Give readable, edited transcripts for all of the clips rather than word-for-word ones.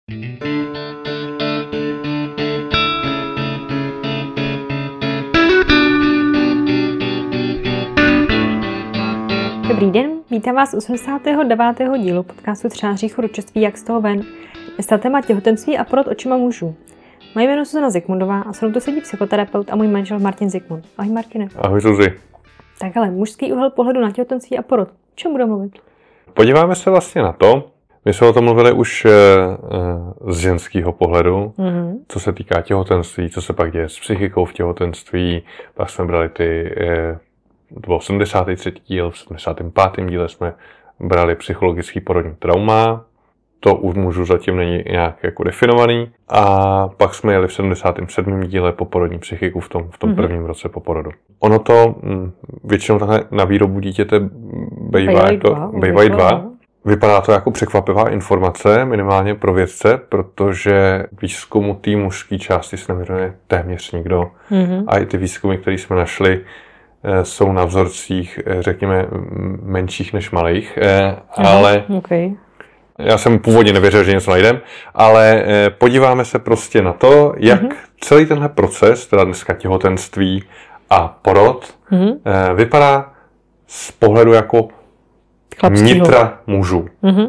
Dobrý den, vítám vás u 89. dílu podcastu Třáří rodičovství Jak z toho ven. Dnes téma těhotenství a porod očima mužů. Moje jméno je Zuzana Zikmundová a se mnou tu sedí psychoterapeut a můj manžel Martin Zikmund. Ahoj Martine. Ahoj Zuzi. Tak ale mužský úhel pohledu na těhotenství a porod. O čem budeme mluvit? Podíváme se vlastně na to, my jsme o tom mluvili už z ženského pohledu, co se týká těhotenství, co se pak děje s psychikou v těhotenství, pak jsme brali to byl 73. díl, v 75. díle jsme brali psychologický porodní trauma, to u mužů zatím není nějak jako definovaný, a pak jsme jeli v 77. díle po porodní psychiku v tom prvním roce po porodu. Ono to většinou takhle na výrobu dítěte bývají dva. Vypadá to jako překvapivá informace, minimálně pro vědce, protože výzkumu té mužské části se nevěnuje téměř nikdo. A i ty výzkumy, které jsme našli, jsou na vzorcích, řekněme, menších než malých, ale já jsem původně nevěřil, že něco najdem, ale podíváme se prostě na to, jak celý tenhle proces, teda dneska těhotenství a porod, vypadá z pohledu jako nitra mužů.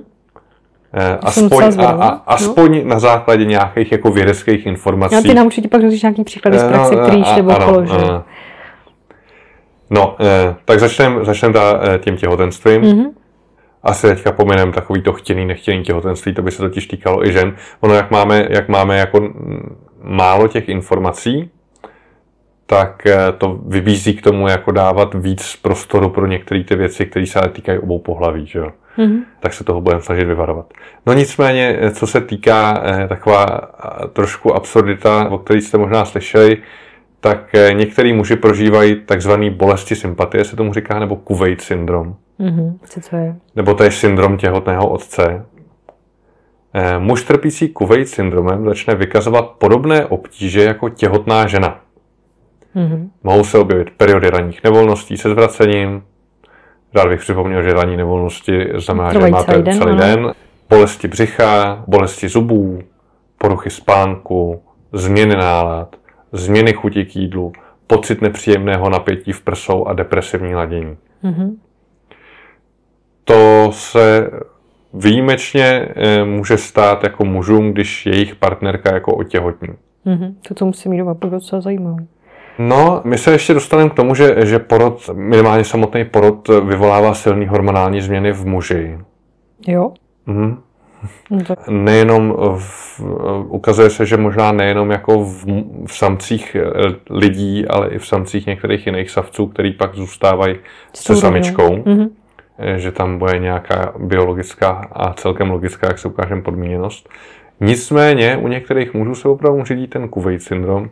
Aspoň na základě nějakých jako vědeckých informací. Já ty nám určitě pak řekneš nějaký příklady z praxe, který nebo položil. Tak začneme tím těhotenstvím. Asi teďka pomineme takový to chtěný, nechtěný těhotenství, to by se totiž týkalo i žen. Ono, jak máme jako málo těch informací, tak to vybízí k tomu jako dávat víc prostoru pro některé ty věci, které se ale týkají obou pohlaví, že jo? Tak se toho budeme snažit vyvarovat. No nicméně, co se týká taková trošku absurdita, o které jste možná slyšeli, tak některý muži prožívají takzvaný bolesti sympatie, se tomu říká, nebo Kuwait syndrom. Co je? Nebo to je syndrom těhotného otce. Muž trpící Kuwait syndromem začne vykazovat podobné obtíže jako těhotná žena. Mohou se objevit periody ranních nevolností se zvracením. Rád bych připomněl, že ranní nevolnosti znamená, že máte celý den. Bolesti břicha, bolesti zubů, poruchy spánku, změny nálad, změny chuti k jídlu, pocit nepříjemného napětí v prsou a depresivní ladění. To se výjimečně může stát jako mužům, když jejich partnerka jako otěhotní. To musí mít opravdu docela zajímavé. No, my se ještě dostaneme k tomu, že porod, minimálně samotný porod, vyvolává silné hormonální změny v muži. Jo? Nejenom ukazuje se, že možná nejenom jako v samcích lidí, ale i v samcích některých jiných savců, který pak zůstávají se samičkou. Že tam bude nějaká biologická a celkem logická, jak se ukážeme, podmíněnost. Nicméně u některých mužů se opravdu řídí ten Kuwait syndrom,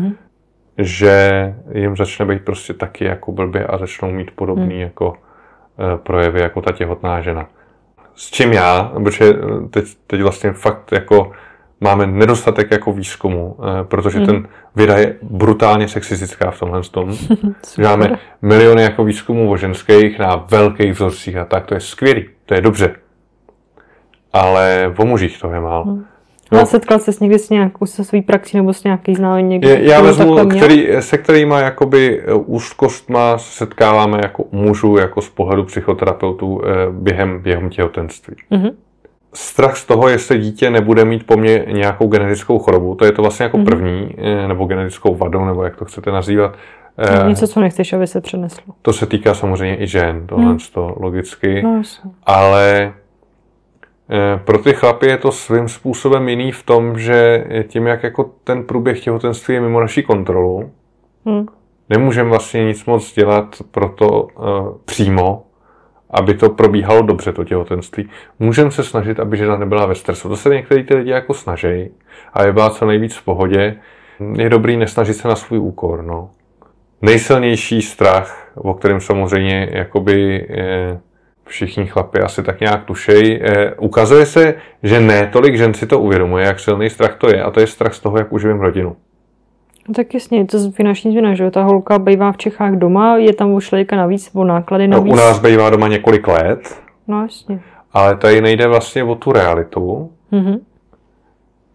že jim začne být prostě taky jako blbě a začnou mít podobný jako projevy jako ta těhotná žena. S čím já, protože teď vlastně fakt jako máme nedostatek jako výzkumu, protože ten věda je brutálně sexistická v tomhle tom. Máme miliony jako výzkumů o ženských na velkých vzorcích a tak, to je skvělý, to je dobře. Ale o mužích to je málo. No. Setkal ses někdy s nějakou se svý praxí nebo s nějaký známý někdo? Já vezmu, se kterýma jakoby úzkostma setkáváme jako mužů, jako z pohledu psychoterapeutů během těhotenství. Strach z toho, jestli dítě nebude mít po mně nějakou genetickou chorobu, to je to vlastně jako první, nebo genetickou vadu, nebo jak to chcete nazývat. Něco, co nechceš, aby se přeneslo. To se týká samozřejmě i žen, tohle to logicky, ale pro ty chlapy je to svým způsobem jiný v tom, že tím, jak jako ten průběh těhotenství je mimo naší kontrolu, nemůžeme vlastně nic moc dělat pro to přímo, aby to probíhalo dobře, to těhotenství. Můžeme se snažit, aby žena nebyla ve stresu. To se některý ty lidi jako snaží, aby byla co nejvíc v pohodě. Je dobrý nesnažit se na svůj úkor. No. Nejsilnější strach, o kterém samozřejmě jakoby všichni chlapi asi tak nějak tušejí, ukazuje se, že ne tolik žen si to uvědomuje, jak silný strach to je, a to je strach z toho, jak uživím rodinu. Tak jasně, to je finanční změna, že ta holka bývá v Čechách doma, je tam u šlejka navíc, o náklady navíc. No, u nás bývá doma několik let, no jasně. Ale tady nejde vlastně o tu realitu,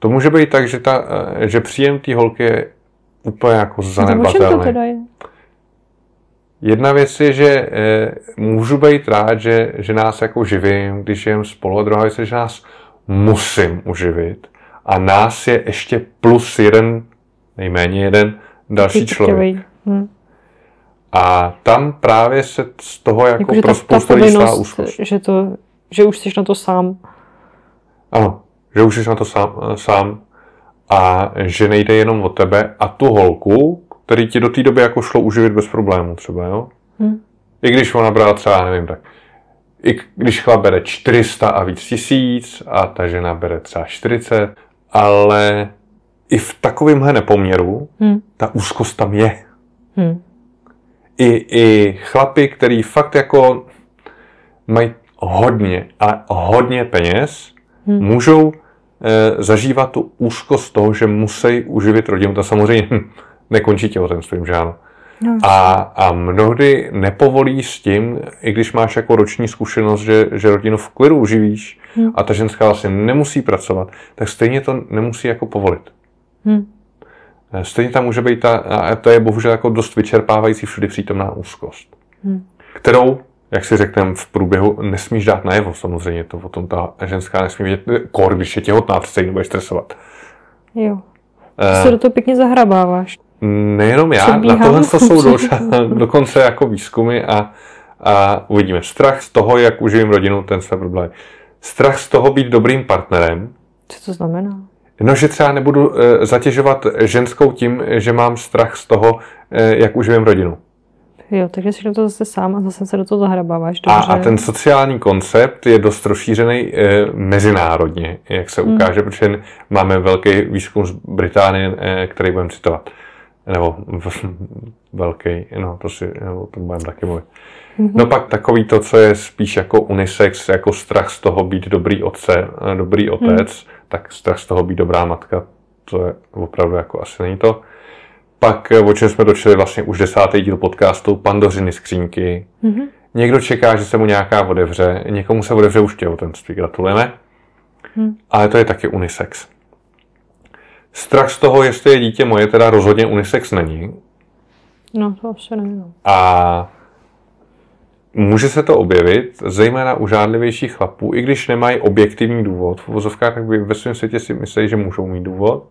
To může být tak, že příjem té holky je úplně jako zanedbatelný. To teda je? Jedna věc je, že můžu být rád, že nás jako živím, když žijem spolu, a druhá věc je, že nás musím uživit a nás je ještě plus nejméně jeden další člověk. A tam právě se z toho jako pro spoustu lidí stává úzkost. Že už jsi na to sám. Ano, že už jsi na to sám a že nejde jenom o tebe a tu holku, který ti do té doby jako šlo uživit bez problémů třeba, jo? I když ona brala třeba, nevím, tak i když chlap bere 400 a víc tisíc a ta žena bere třeba 40, ale i v takovémhle nepoměru ta úzkost tam je. I chlapi, který fakt jako mají hodně peněz, můžou zažívat tu úzkost toho, že musí uživit rodinu. To samozřejmě nekončí těhotenstvím, že ano. No. A mnohdy nepovolí s tím, i když máš jako roční zkušenost, že rodinu v klidu uživíš a ta ženská vlastně nemusí pracovat, tak stejně to nemusí jako povolit. Stejně tam může být a to je bohužel jako dost vyčerpávající všudy přítomná úzkost, kterou, jak si řekneme, v průběhu nesmíš dát najevo. Samozřejmě to o tom ta ženská nesmí vidět, když je těhotná, přece ji nebudeš stresovat. Jo. Se do toho pěkně zahrabáváš. Nejenom já, na tohle jsou dokonce jako výzkumy a uvidíme. Strach z toho, jak uživím rodinu, ten své problém. Strach z toho být dobrým partnerem. Co to znamená? No, že třeba nebudu zatěžovat ženskou tím, že mám strach z toho, jak uživím rodinu. Jo, takže jsi do toho zase sám a zase se do toho zahrabáváš. A ten sociální koncept je dost rozšířený mezinárodně, jak se ukáže, protože máme velký výzkum z Británie, který budeme citovat. Nebo velký, no to si, o tom budeme taky mluvit. No pak takový to, co je spíš jako unisex, jako strach z toho být dobrý otec, tak strach z toho být dobrá matka, to je opravdu jako asi není to. Pak, o čem jsme dočili vlastně už 10. díl podcastu, Pandořiny skřínky. Někdo čeká, že se mu nějaká otevře, někomu se otevře už těhotenství, gratulujeme. Ale to je taky unisex. Strach z toho, jestli je dítě moje, teda rozhodně unisex není. No, to asi nevím. A může se to objevit, zejména u žádlivějších chlapů, i když nemají objektivní důvod. V uvozovkách tak ve svém světě si myslí, že můžou mít důvod.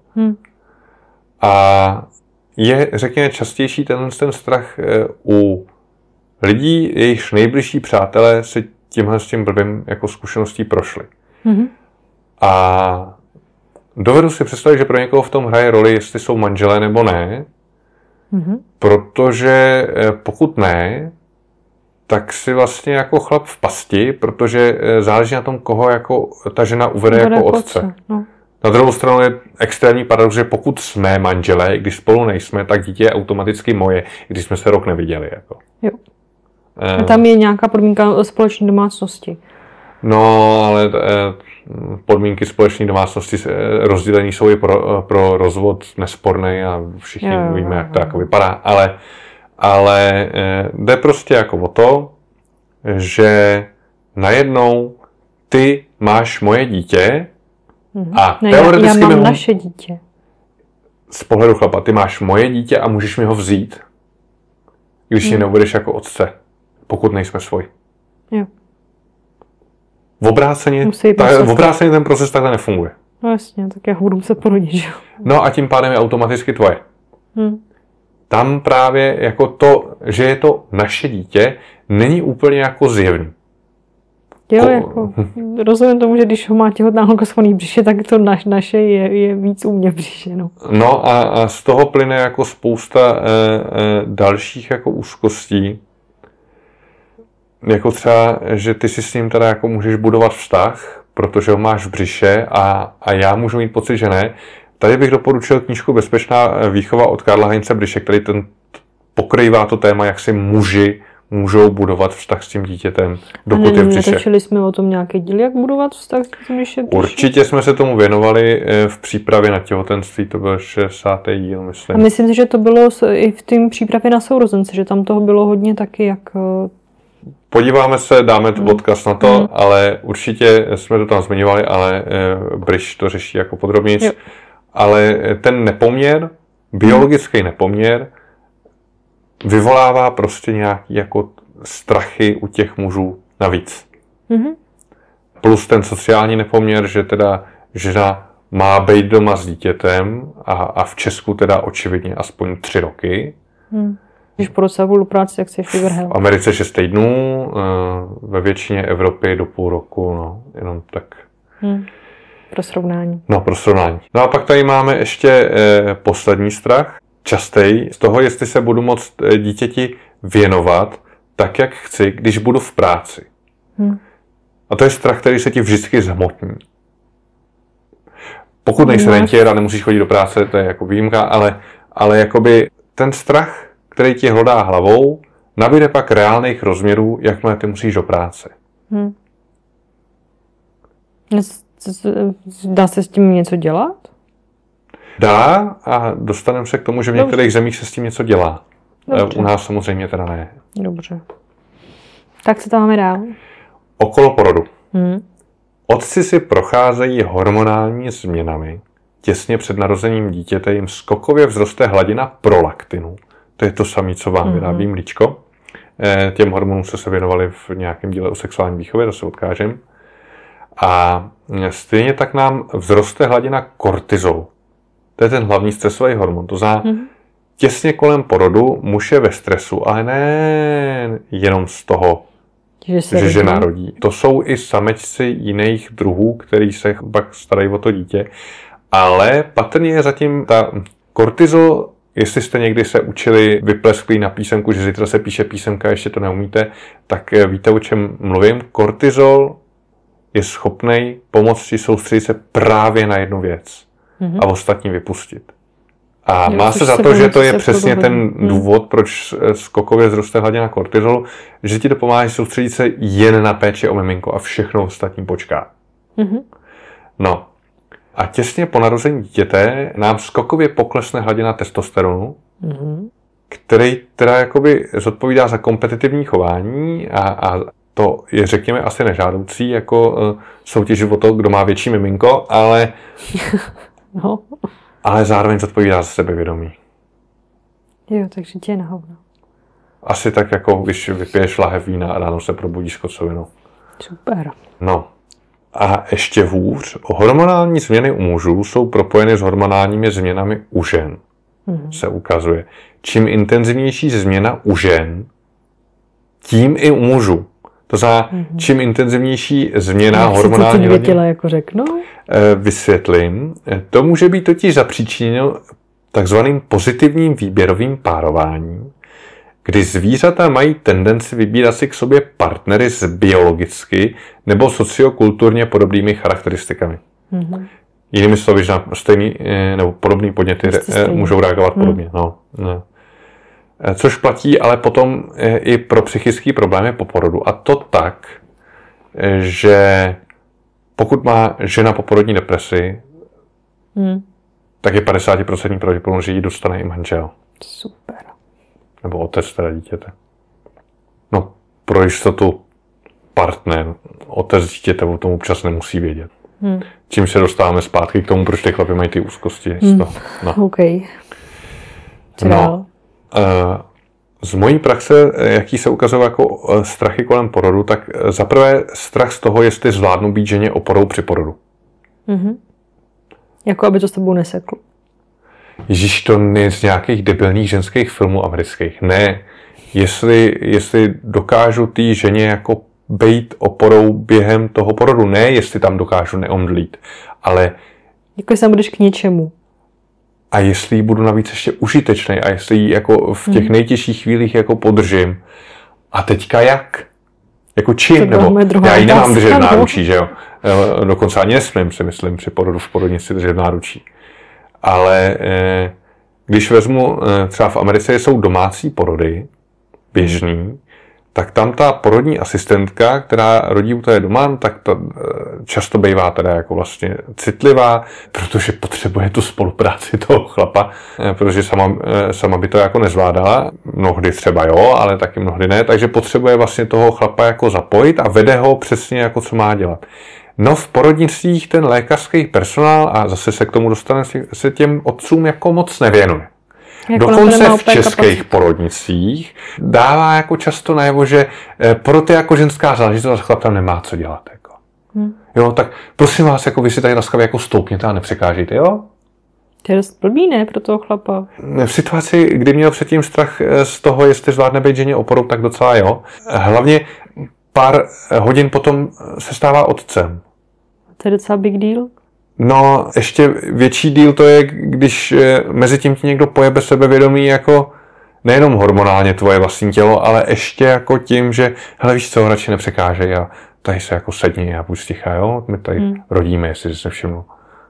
A je, řekněme, častější ten strach u lidí, jejichž nejbližší přátelé si tímhle s tím blbým jako zkušeností prošli. A dovedu si představit, že pro někoho v tom hraje roli, jestli jsou manželé nebo ne, protože pokud ne, tak si vlastně jako chlap v pasti, protože záleží na tom, koho jako ta žena uvede jako otce. No. Na druhou stranu je extrémní paradox, že pokud jsme manželé, když spolu nejsme, tak dítě je automaticky moje, když jsme se rok neviděli. Jako. Jo. A tam je nějaká podmínka společné domácnosti. No, ale podmínky společné domácnosti rozdělení jsou i pro rozvod nesporný a všichni víme, jak to jako vypadá. Ale jde prostě jako o to, že najednou ty máš moje dítě a teoreticky já mám naše dítě. Z pohledu chlapa, ty máš moje dítě a můžeš mi ho vzít, když mě nebudeš jako otce, pokud nejsme svoj. Jo. V obráceně ten proces takhle nefunguje. No jasně, tak já budu muset porodit, že jo. No a tím pádem je automaticky tvoje. Tam právě jako to, že je to naše dítě, není úplně jako zjevný. Jo, jako rozumím tomu, že když ho má těhotná holka schovaný v břiše, tak to naše je víc u mě v břiše, no. No a z toho plyne jako spousta dalších jako úzkostí. Jako třeba, že ty si s ním teda jako můžeš budovat vztah, protože ho máš v břiše a já můžu mít pocit, že ne. Tady bych doporučil knížku Bezpečná výchova od Karla Heinze Bryše, který ten pokrývá to téma, jak si muži můžou budovat vztah s tím dítětem, dokud je v břiše. Netočili jsme o tom nějaké díl, jak budovat vztah s tím, když je v břiše? Určitě jsme se tomu věnovali v přípravě na těhotenství, to byl 60. díl, myslím. A myslím si, že to bylo i v té přípravě na sourozence, že tam toho bylo hodně taky, jak podíváme se, dáme tu odkaz na to, ale určitě jsme to tam zmiňovali, ale Bryš to řeší jako podrobnější. Ale ten nepoměr, biologický nepoměr, vyvolává prostě nějaký jako strachy u těch mužů navíc. Plus ten sociální nepoměr, že teda žena má být doma s dítětem a v Česku teda očividně aspoň 3 roky. Když po roce budu práci, tak jsi vyvrhel. V Americe 6 týdnů, ve většině Evropy do půl roku, no, jenom tak. Pro srovnání. No, pro srovnání. No a pak tady máme ještě poslední strach, častej, z toho, jestli se budu moct dítěti věnovat tak, jak chci, když budu v práci. A to je strach, který se ti vždycky zhmotní. Pokud nejsi rentier a nemusíš chodit do práce, to je jako výjimka, ale jakoby ten strach, který ti hlodá hlavou, nabíde pak reálných rozměrů, jakmile ty musíš do práce. Dá se s tím něco dělat? Dá a dostaneme se k tomu, že v některých zemích se s tím něco dělá. Dobře. U nás samozřejmě teda ne. Dobře. Tak se tam máme dál. Okolo porodu. Otci si procházejí hormonální změnami. Těsně před narozením dítěte jim skokově vzroste hladina prolaktinu. To je to samé, co vám vyrábí mlíčko. Těm hormonům se věnovali v nějakém díle o sexuální výchově, to se odkážem. A stejně tak nám vzroste hladina kortizolu. To je ten hlavní stresový hormon. To znamená, těsně kolem porodu muž je ve stresu, ale ne jenom z toho, že žena rodí. To jsou i samečci jiných druhů, který se pak starají o to dítě. Ale patrně je zatím ta kortizol, jestli jste někdy se učili vyplesklý na písemku, že zítra se píše písemka, ještě to neumíte, tak víte, o čem mluvím. Kortizol je schopný pomoct si soustředit se právě na jednu věc a ostatní vypustit. A má se za to, že to je přesně ten důvod, proč skokově vzroste hladina kortizolu, že ti to pomáhá soustředit se jen na péči o miminko a všechno ostatní počká. No. A těsně po narození dítěte nám skokově poklesne hladina testosteronu, který teda jakoby zodpovídá za kompetitivní chování a to je, řekněme, asi nežádoucí, jako soutěž o to, kdo má větší miminko, ale ale zároveň zodpovídá za sebevědomí. Jo, takže tě je na hovno. Asi tak, jako když vypiješ lahev vína a ráno se probudíš s kocovinou. Super. No. A ještě hůř, hormonální změny u mužů jsou propojeny s hormonálními změnami u žen. Se ukazuje. Čím intenzivnější změna u žen, tím i u mužů. To znamená, čím intenzivnější změna hormonální... Jak si to jako řeknu? Vysvětlím. To může být totiž zapříčiněno takzvaným pozitivním výběrovým párováním, kdy zvířata mají tendenci vybírat si k sobě partnery s biologicky nebo sociokulturně podobnými charakteristikami. Jinými slovy, že na stejný nebo podobný podněty můžou reagovat podobně. No. Což platí ale potom i pro psychické problémy po porodu. A to tak, že pokud má žena poporodní depresi, tak je 50% pravděpodobnost, že ji dostane i manžel. Super. Nebo otec teda dítěte. No, pro jistotu partner, otec dítěte o tom občas nemusí vědět. Čím se dostáváme zpátky k tomu, proč ty chlapi mají ty úzkosti. No. OK. No. Z mojí praxe, jaký se ukazují jako strachy kolem porodu, tak zaprvé strach z toho, jestli zvládnu být ženě oporou při porodu. Jako aby to s tebou neseklo. Ježíš, to nie z nějakých debilních ženských filmů amerických. Ne. Jestli dokážu té ženě jako bejt oporou během toho porodu. Ne, jestli tam dokážu neomdlít. Ale... Jako jestli budeš k něčemu. A jestli budu navíc ještě užitečný a jestli ji jako v těch nejtěžších chvílích jako podržím. A teďka jak? Jako čím? Nebo já ji nemám držet v náručí, že jo? Dokonce ani nesmím, si myslím, při porodu v porodnici držet v náručí. Ale když vezmu, třeba v Americe jsou domácí porody, běžný, tak tam ta porodní asistentka, která rodí u té doma, tak ta často bývá teda jako vlastně citlivá, protože potřebuje tu spolupráci toho chlapa, protože sama by to jako nezvládala. Mnohdy třeba jo, ale taky mnohdy ne, takže potřebuje vlastně toho chlapa jako zapojit a vede ho přesně jako co má dělat. No v porodnictvích ten lékařský personál, a zase se k tomu dostane, se těm otcům jako moc nevěnuje. Jako dokonce v českých porodnicích dává jako často najevo, že porod je jako ženská záležitost a chlap tam nemá co dělat. Jako. Jo, tak prosím vás, jako vy si tady laskavě jako stoupněte a nepřekážejte, jo? To je dost blbý, ne, pro toho chlapa? V situaci, kdy měl předtím strach z toho, jestli zvládne být ženě oporou, tak docela jo. Hlavně pár hodin potom se stává otcem. To je docela big deal. No, ještě větší díl to je, když mezi tím ti někdo pojebe sebevědomí jako nejenom hormonálně tvoje vlastní tělo, ale ještě jako tím, že hele, víš co, radši nepřekážej a tady se jako sedni a buď sticha, jo? My tady rodíme, jestli jsi se všiml.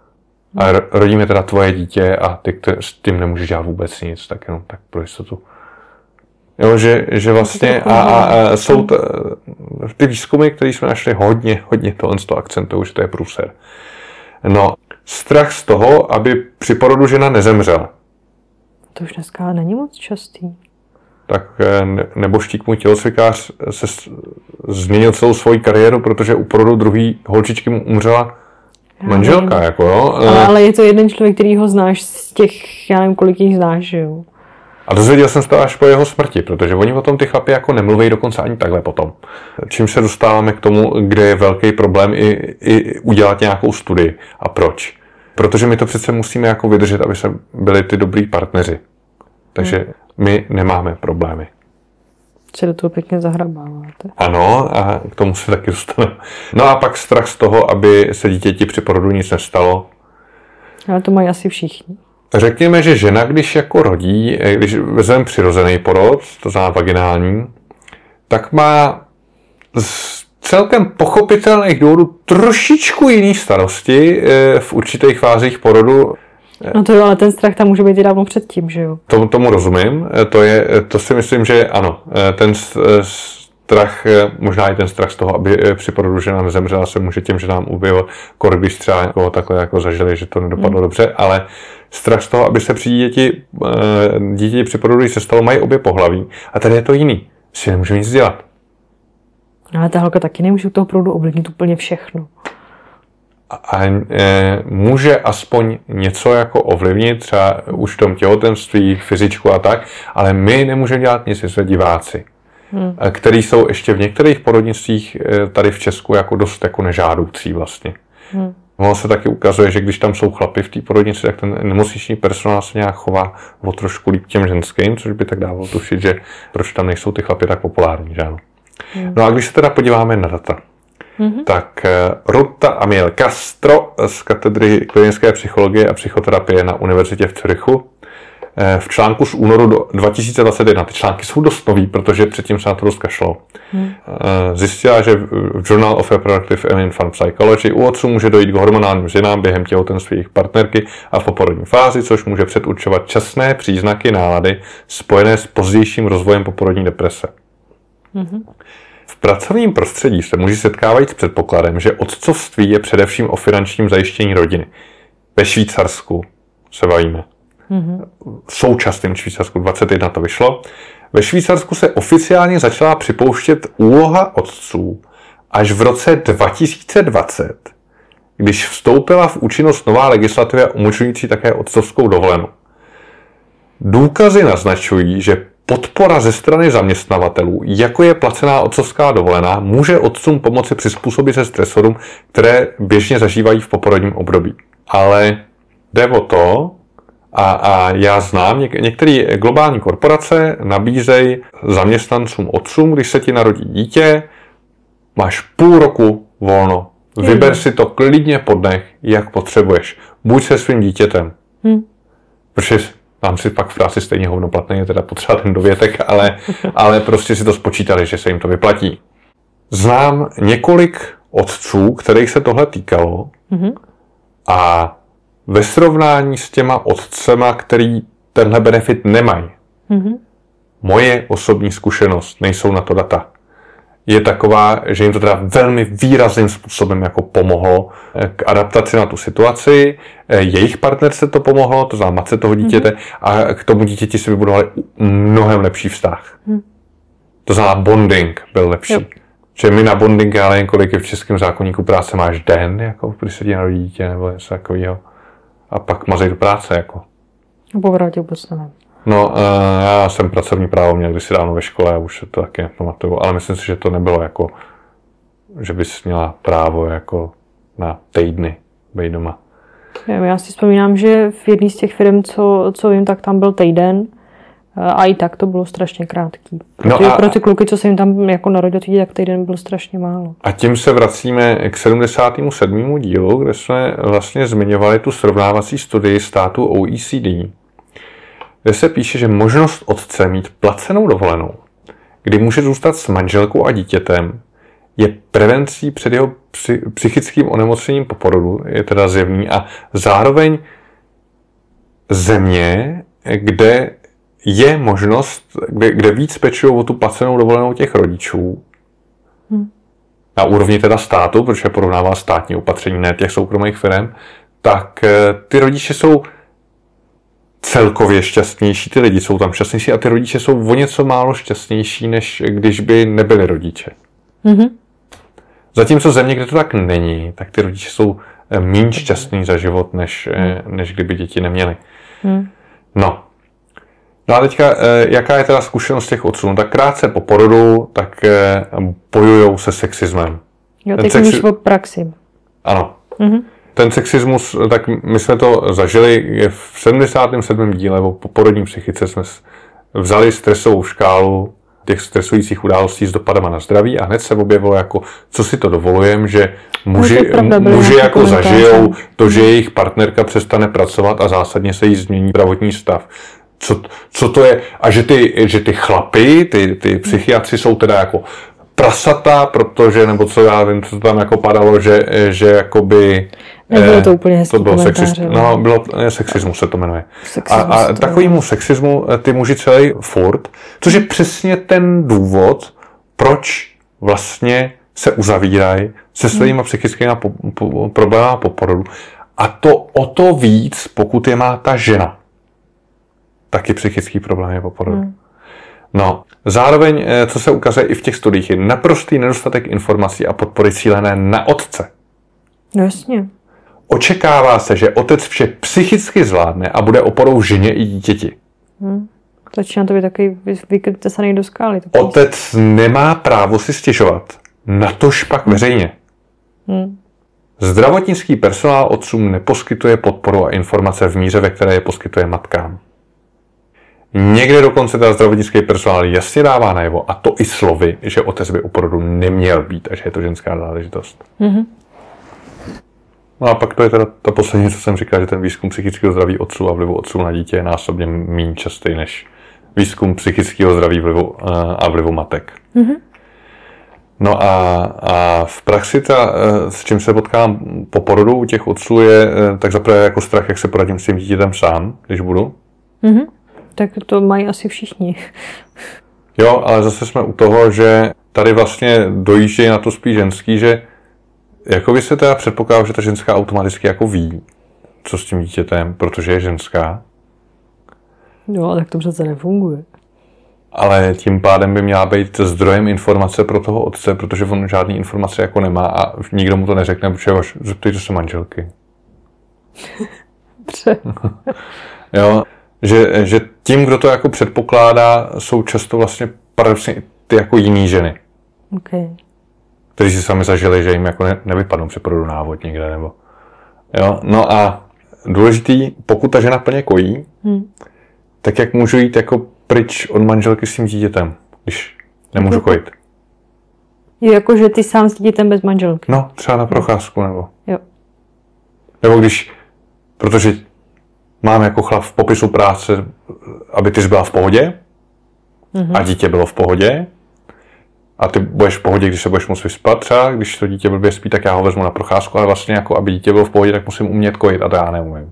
A rodíme teda tvoje dítě a ty s tím nemůžeš dělat vůbec nic, tak jenom tak pro jistotu. Jo, že vlastně a jsou ty výzkumy, které jsme našli hodně tohle z toho akcentují, že to je průser. No, strach z toho, aby při porodu žena nezemřela. To už dneska není moc častý. Tak nebožtík můj tělocvikář se změnil celou svoji kariéru, protože u porodu druhý holčičky mu umřela manželka, jako jo. Ale je to jeden člověk, který ho znáš z těch, já nevím, kolik jich znáš, že jo. A dozvěděl jsem se to až po jeho smrti, protože oni o tom ty chlapi jako nemluví dokonce ani takhle potom. Čím se dostáváme k tomu, kde je velký problém i udělat nějakou studii. A proč? Protože my to přece musíme jako vydržet, aby se byli ty dobrý partneři. Takže my nemáme problémy. Se do toho pěkně zahrabáváte. Ano, a k tomu se taky dostaneme. No a pak strach z toho, aby se dítěti při porodu nic nestalo. Ale to mají asi všichni. Řekněme, že žena, když jako rodí, když vezmeme přirozený porod, to znamená vaginální, tak má z celkem pochopitelných důvodů trošičku jiný starosti v určitých fázích porodu. No to jo, ale ten strach tam může být i dávno předtím, že jo? Tomu rozumím. To si myslím, že ano. Ten strach, možná i ten strach z toho, aby při porodu žena nezemřela, se může těm ženám ubývat, když třeba jako takhle jako zažili, že to nedopadlo dobře, ale strach z toho, aby se při dítěti při porodu se stalo, mají obě pohlaví. A tady je to jiný. Si nemůžeme nic dělat. Ale ta holka taky nemůže u toho porodu ovlivnit úplně všechno. A může aspoň něco jako ovlivnit, třeba už v tom těhotenství, fyzičku a tak, ale my nemůžeme dělat nic, jsme diváci. Který jsou ještě v některých porodnictvích tady v Česku jako dost jako nežádoucí vlastně. Ono se taky ukazuje, že když tam jsou chlapi v té porodnici, tak ten nemocniční personál se nějak chová o trošku líp těm ženským, což by tak dávalo tušit, že proč tam nejsou ty chlapi tak populární, že ano. No a když se teda podíváme na data, tak Ruta Amiel Castro z katedry klinické psychologie a psychoterapie na univerzitě v Curychu v článku z únoru 2021, ty články jsou dost nový, protože předtím se na to dost kašlo, zjistila, že v Journal of Reproductive and Infant Psychology u otců může dojít k hormonálním změnám během těhotenství jejich partnerky a v poporodní fázi, což může předurčovat časné příznaky nálady spojené s pozdějším rozvojem poporodní deprese. V pracovním prostředí se muži setkávají s předpokladem, že otcovství je především o finančním zajištění rodiny. Ve Švýcarsku se bavíme. V současném Švýcarsku 21 to vyšlo. Ve Švýcarsku se oficiálně začala připouštět úloha otců až v roce 2020, když vstoupila v účinnost nová legislativa umožňující také otcovskou dovolenou. Důkazy naznačují, že podpora ze strany zaměstnavatelů, jako je placená otcovská dovolená, může otcům pomoci přizpůsobit se stresorům, které běžně zažívají v poporodním období. Ale jde o to, a já znám, některé globální korporace nabízejí zaměstnancům otcům, když se ti narodí dítě, máš půl roku volno. Vyber si to klidně po dnech, jak potřebuješ. Buď se svým dítětem. Protože mám si pak v práci stejně hovnoplatný, je teda potřeba ten dovětek, ale prostě si to spočítali, že se jim to vyplatí. Znám několik otců, kterých se tohle týkalo a ve srovnání s těma otcema, který tenhle benefit nemají. Moje osobní zkušenost, nejsou na to data. je taková, že jim to teda velmi výrazným způsobem jako pomohlo k adaptaci na tu situaci. Jejich partnerce to pomohlo, to znamená matce toho dítěte, a k tomu dítěti si vybudovali mnohem lepší vztah. To znamená bonding byl lepší. Yep. Že my na bonding, ale jen kolik je v českém zákoníku práce máš den, jako když se ti narodí dítě nebo něco takového. A pak mazej do práce, jako. Povrátě vůbec nevím. No, já jsem pracovní právo měl kdysi dávno ve škole a už se to taky nepamatuju, ale myslím si, že to nebylo jako, že bys měla právo jako na týdny být doma. Já si vzpomínám, že v jedné z těch firm, co vím, tak tam byl týden a i tak to bylo strašně krátký. Pro ty kluky, co se jim tam jako narodili, tak týden byl strašně málo. A tím se vracíme k 77. dílu, kde jsme vlastně zmiňovali tu srovnávací studii států OECD, kde se píše, že možnost otce mít placenou dovolenou, kdy může zůstat s manželkou a dítětem, je prevencí před jeho psychickým onemocněním po porodu, je teda zjevný, a zároveň země, kde je možnost, kde víc pečují o tu placenou dovolenou těch rodičů, na úrovni teda státu, protože porovnává státní opatření, ne těch soukromých firm, tak ty rodiče jsou celkově šťastnější, ty lidi jsou tam šťastnější a ty rodiče jsou o něco málo šťastnější, než když by nebyli rodiče. Zatímco země, kde to tak není, tak ty rodiče jsou méně šťastný za život, než kdyby děti neměli. No a teďka, jaká je teda zkušenost těch otců? No tak krátce po porodu, tak bojujou se sexismem. Jo, teď mluvíš o praxi. Ano. Ten sexismus, tak my jsme to zažili v 77. díle o poporodní psychice, jsme vzali stresovou škálu těch stresujících událostí s dopadama na zdraví a hned se objevilo jako, co si to dovolujeme, že muži jako zažijou to, že jejich partnerka přestane pracovat a zásadně se jí změní zdravotní stav. Co to je? A že ty chlapy, ty psychiatři jsou teda jako prasata, protože, nebo co já vím, co tam jako padalo, že jakoby... Nebylo to úplně hezký to bylo komentář. Sexismus se to jmenuje. A takovýmu sexismu ty muži celý furt, což je přesně ten důvod, proč vlastně se uzavírají se svými psychickými problémy po porodu. A to o to víc, pokud je má ta žena. Taky psychický problémy po porodu. No, zároveň, co se ukazuje i v těch studiích, je naprostý nedostatek informací a podpory cílené na otce. No jasně. Očekává se, že otec vše psychicky zvládne a bude oporou ženě i dítěti. Začíná to být takový vykrytesaný do skály. Otec nemá právo si stěžovat, natož pak veřejně. Zdravotnický personál otcům neposkytuje podporu a informace v míře, ve které je poskytuje matkám. Někde dokonce teda zdravotnický personál jasně dává najevo, a to i slovy, že otec by u porodu neměl být a že je to ženská záležitost. No a pak to je teda to poslední, co jsem říkal, že ten výzkum psychického zdraví otců a vlivu otců na dítě je násobně méně častý než výzkum psychického zdraví a vlivu matek. No a v praxi s čím se potkám po porodu u těch otců je tak zaprvé jako strach, jak se poradím s tím dítětem sám, když budu. Tak to mají asi všichni. Jo, ale zase jsme u toho, že tady vlastně dojíždějí na to spíš ženský, že jako by se teda předpokládá, že ta ženská automaticky jako ví, co s tím dítětem, protože je ženská. Jo, tak to přece nefunguje. Ale tím pádem by měla být zdrojem informace pro toho otce, protože on žádný informace jako nemá a nikdo mu to neřekne, protože zeptejte se manželky. Jo, že tím, kdo to jako předpokládá, jsou často vlastně paradoxně ty jako jiný ženy. Okay. Kteří si sami zažili, že jim jako nevypadnou při porodu návod někde, nebo... Jo, no a důležitý, pokud ta žena plně kojí, tak jak můžu jít jako pryč od manželky s tím dítětem, když nemůžu kojit? Jako, že ty sám s dítětem bez manželky. No, třeba na procházku, nebo... Jo. Nebo když... Protože mám jako chlap v popisu práce, aby ty jsi byla v pohodě a dítě bylo v pohodě a ty budeš v pohodě, když se budeš moct vyspat třeba, když to dítě blbě spí, tak já ho vezmu na procházku, ale vlastně jako aby dítě bylo v pohodě, tak musím umět kojit a to já neumím.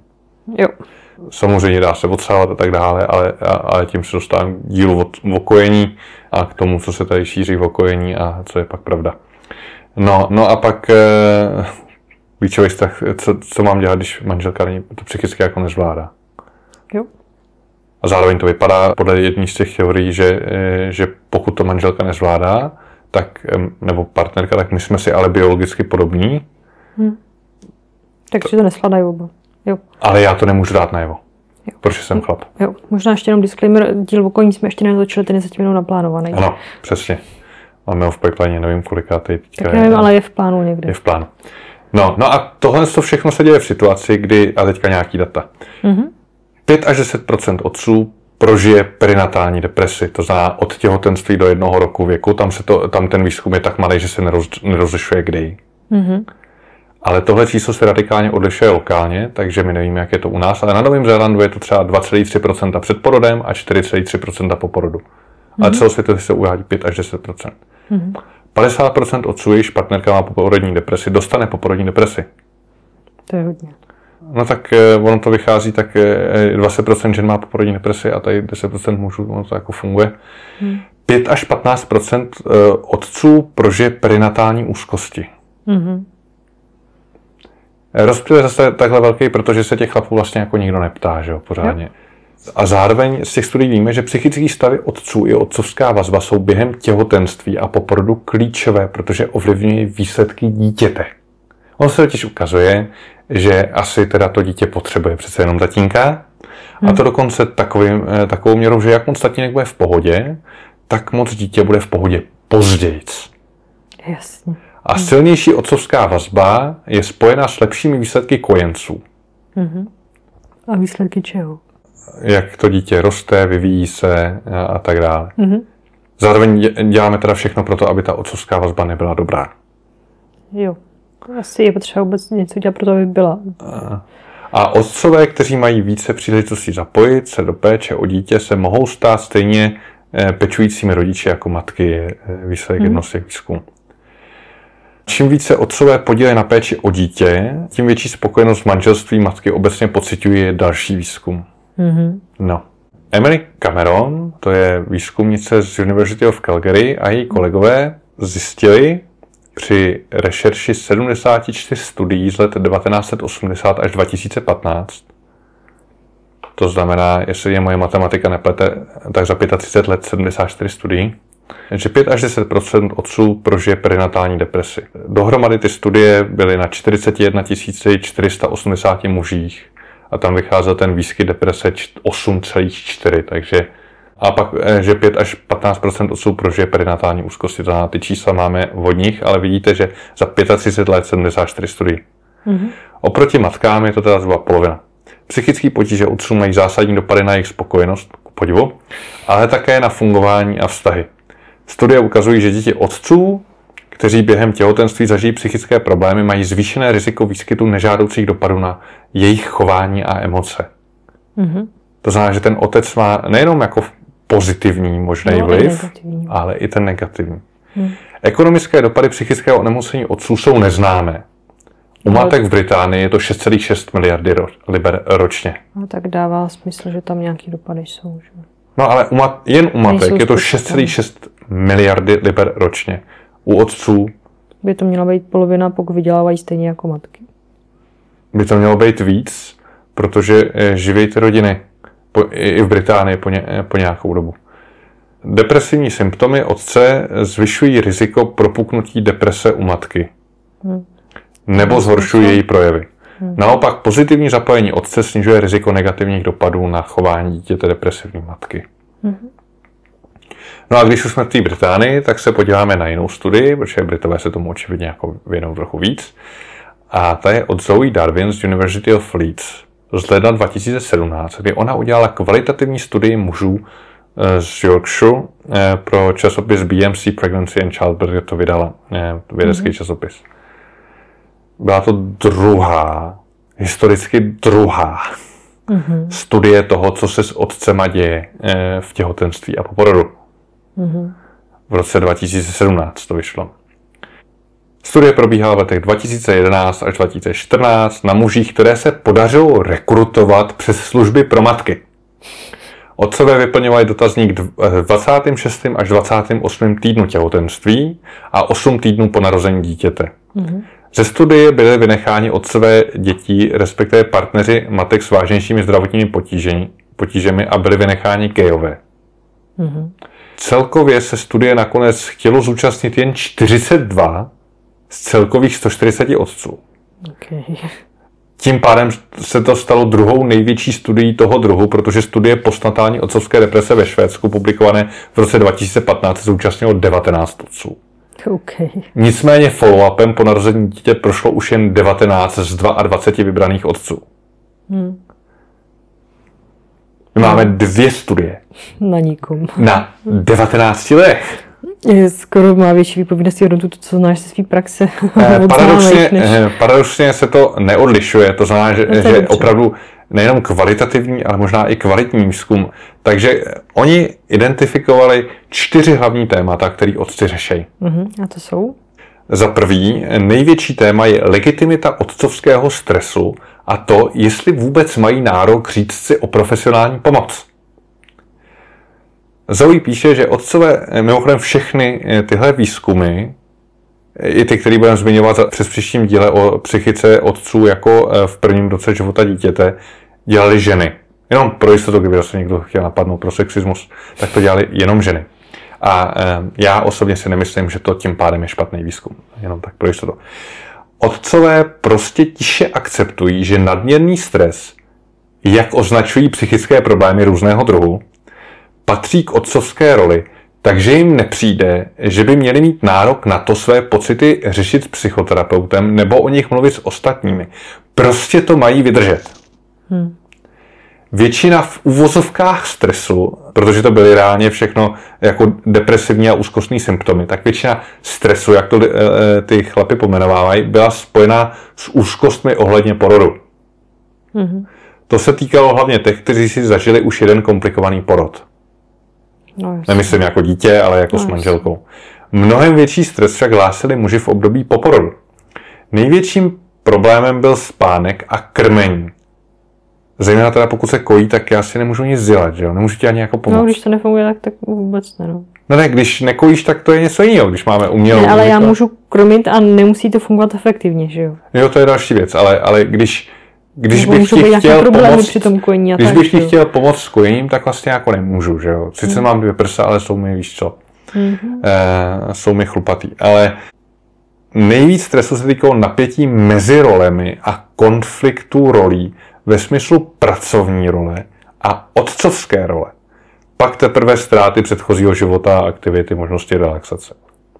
Jo. Samozřejmě dá se otřávat a tak dále, ale tím se dostávám k dílu o kojení a k tomu, co se tady šíří v okojení a co je pak pravda. No a pak klíčový strach, co mám dělat, když manželka to psychicky jako nezvládá. Jo. A zároveň to vypadá podle jedné z těch teorií, že pokud to manželka nezvládá, tak, nebo partnerka, tak my jsme si ale biologicky podobní. Takže to nesvládají oba. Jo. Ale já to nemůžu dát najevo. Protože jsem chlap. Jo, možná ještě jenom disclaimer, díl o koní jsme ještě netočili, ten je zatím jenom naplánovaný. Ano, přesně. Máme ho v pipeline, nevím kolikátej. Tak nevím, ale je v plánu někde. Je v plánu. No a tohle všechno se děje v situaci, kdy, a teďka nějaký data. 5 až 10% otců prožije perinatální depresi, to znamená od těhotenství do 1 roku věku, tam ten výzkum je tak malý, že se nerozlišuje kdy. Ale tohle číslo se radikálně odlišuje lokálně, takže my nevíme, jak je to u nás, ale na Novém Zélandu je to třeba 2,3% před porodem a 4,3% po porodu. Ale celosvětově se uvádí 5 až 10%. 50% otců, jejichž partnerka má poporodní depresi, dostane poporodní depresi. To je hodně. No tak ono to vychází, tak 20% žen má poporodní depresi a tady 10% mužů, ono to jako funguje. 5 až 15% otců prožije perinatální úzkosti. Rozptyl je zase takhle velký, protože se těch chlapů vlastně jako nikdo neptá, že jo, pořádně. A zároveň z těch studií víme, že psychické stavy otců i otcovská vazba jsou během těhotenství a po porodu klíčové, protože ovlivňují výsledky dítěte. On se totiž ukazuje, že asi teda to dítě potřebuje přece jenom tatínka. A to dokonce takovou měrou, že jak moc tatínek bude v pohodě, tak moc dítě bude v pohodě pozdějc. Jasně. A silnější otcovská vazba je spojena s lepšími výsledky kojenců. A výsledky čeho? Jak to dítě roste, vyvíjí se a tak dále. Zároveň děláme teda všechno pro to, aby ta otcovská vazba nebyla dobrá. Jo. Asi je potřeba vůbec něco dělat pro to, aby byla. A otcové, kteří mají více příležitostí zapojit se do péče o dítě, se mohou stát stejně pečujícími rodiči jako matky, je výsledek jednoho z těch výzkumů. Čím více otcové podílejí na péči o dítě, tím větší spokojenost v manželství matky obecně pociťuje další výzkum. No. Emily Cameron, to je výzkumnice z University of Calgary, a její kolegové zjistili při rešerši 74 studií z let 1980 až 2015. To znamená, jestli je moje matematika neplete, tak za 35 let 74 studií, že 5 až 10% otců prožije perinatální depresi. Dohromady ty studie byly na 41 480 mužích a tam vycházel ten výskyt deprese 8,4, takže a pak, že 5 až 15% otců prožije perinatální úzkosti. To znamená, ty čísla máme od nich, ale vidíte, že za 35 let 74 studií. Oproti matkám je to teda zhruba polovina. Psychické potíže otců mají zásadní dopady na jejich spokojenost, k podivu, ale také na fungování a vztahy. Studie ukazují, že děti otců, kteří během těhotenství zažijí psychické problémy, mají zvýšené riziko výskytu nežádoucích dopadů na jejich chování a emoce. To znamená, že ten otec má nejenom jako pozitivní možný vliv, ale i ten negativní. Ekonomické dopady psychického onemocnění otců jsou neznámé. U matek v Británii je to 6,6 miliardy liber ročně. No, tak dává smysl, že tam nějaký dopady jsou. Že? No ale jen u matek je to 6,6 miliardy liber ročně. U otců by to měla být polovina, pokud vydělávají stejně jako matky. By to mělo být víc, protože živí ty rodiny i v Británii po nějakou dobu. Depresivní symptomy otce zvyšují riziko propuknutí deprese u matky. Nebo zhoršují její projevy. Naopak pozitivní zapojení otce snižuje riziko negativních dopadů na chování dítěte depresivní matky. No a když už jsme v té Británii, tak se podíváme na jinou studii, protože Britové se tomu očividně jako věnou trochu víc. A ta je od Zoe Darwin z University of Leeds z ledna 2017, kdy ona udělala kvalitativní studii mužů z Yorkshire pro časopis BMC Pregnancy and Childbirth, kde to vydala vědecký časopis. Byla to historicky druhá studie toho, co se s otcema děje v těhotenství a po porodu. V roce 2017 to vyšlo. Studie probíhala v letech 2011 až 2014 na mužích, které se podařilo rekrutovat přes služby pro matky. Otcové vyplňovali dotazník v 26. až 28. týdnu těhotenství a 8 týdnů po narození dítěte. Ze studie byly vynecháni otcové dětí, respektive partneři matek s vážnějšími zdravotními potížemi a byly vynecháni gejové. Celkově se studie nakonec chtělo zúčastnit jen 42 z celkových 140 otců. Okay. Tím pádem se to stalo druhou největší studií toho druhu, protože studie postnatální otcovské deprese ve Švédsku publikované v roce 2015 se zúčastnilo 19 otců. Okay. Nicméně follow-upem po narození dítě prošlo už jen 19 z 22 vybraných otců. My máme 2 studie. Na nikom. Na 19 letech. Skoro má větší výpovědnosti hodnotu, to, co znáš ze svý praxe. Paradoxně se to neodlišuje. To znamená, že opravdu nejenom kvalitativní, ale možná i kvalitní výzkum. Takže oni identifikovali 4 hlavní témata, které otci řeší. A to jsou? Za prvý, největší téma je legitimita otcovského stresu a to, jestli vůbec mají nárok říct si o profesionální pomoc. Zoe píše, že otcové, mimochodem všechny tyhle výzkumy, i ty, které budeme zmiňovat přes příštím díle o psychice otců jako v prvním roce života dítěte, dělali ženy. Jenom pro jistotu, kdyby zase někdo chtěl napadnout pro sexismus, tak to dělali jenom ženy. A já osobně si nemyslím, že to tím pádem je špatný výzkum. Jenom tak pro jistotu. Otcové prostě tiše akceptují, že nadměrný stres, jak označují psychické problémy různého druhu, patří k otcovské roli, takže jim nepřijde, že by měli mít nárok na to své pocity řešit s psychoterapeutem nebo o nich mluvit s ostatními. Prostě to mají vydržet. Většina v uvozovkách stresu, protože to byly reálně všechno jako depresivní a úzkostní symptomy, tak většina stresu, jak to ty chlapi pomenovávají, byla spojená s úzkostmi ohledně porodu. To se týkalo hlavně těch, kteří si zažili už jeden komplikovaný porod. No, nemyslím jako dítě, ale jako s manželkou. Mnohem větší stres však hlásili muži v období po porodu. Největším problémem byl spánek a krmení. Zejména teda pokud se kojí, tak já si nemůžu nic dělat, že jo? Nemůžu ti ani jako pomoct. No, když to nefunguje, tak vůbec ne. Ne, když nekojíš, tak to je něco jiného, když máme umělou. Ne, ale já můžu krmit a nemusí to fungovat efektivně, že jo? Jo, to je další věc, ale když bych ti chtěl pomoct, při tom kojení když bych ti chtěl pomoct s kojením, tak vlastně jako nemůžu, že jo? Sice mám 2 prsa, ale jsou mi, víš co, jsou mi chlupatý. Ale nejvíc stresu se týkalo napětí mezi rolemi a konfliktu rolí ve smyslu pracovní role a otcovské role. Pak teprve ztráty předchozího života, aktivity, možnosti relaxace.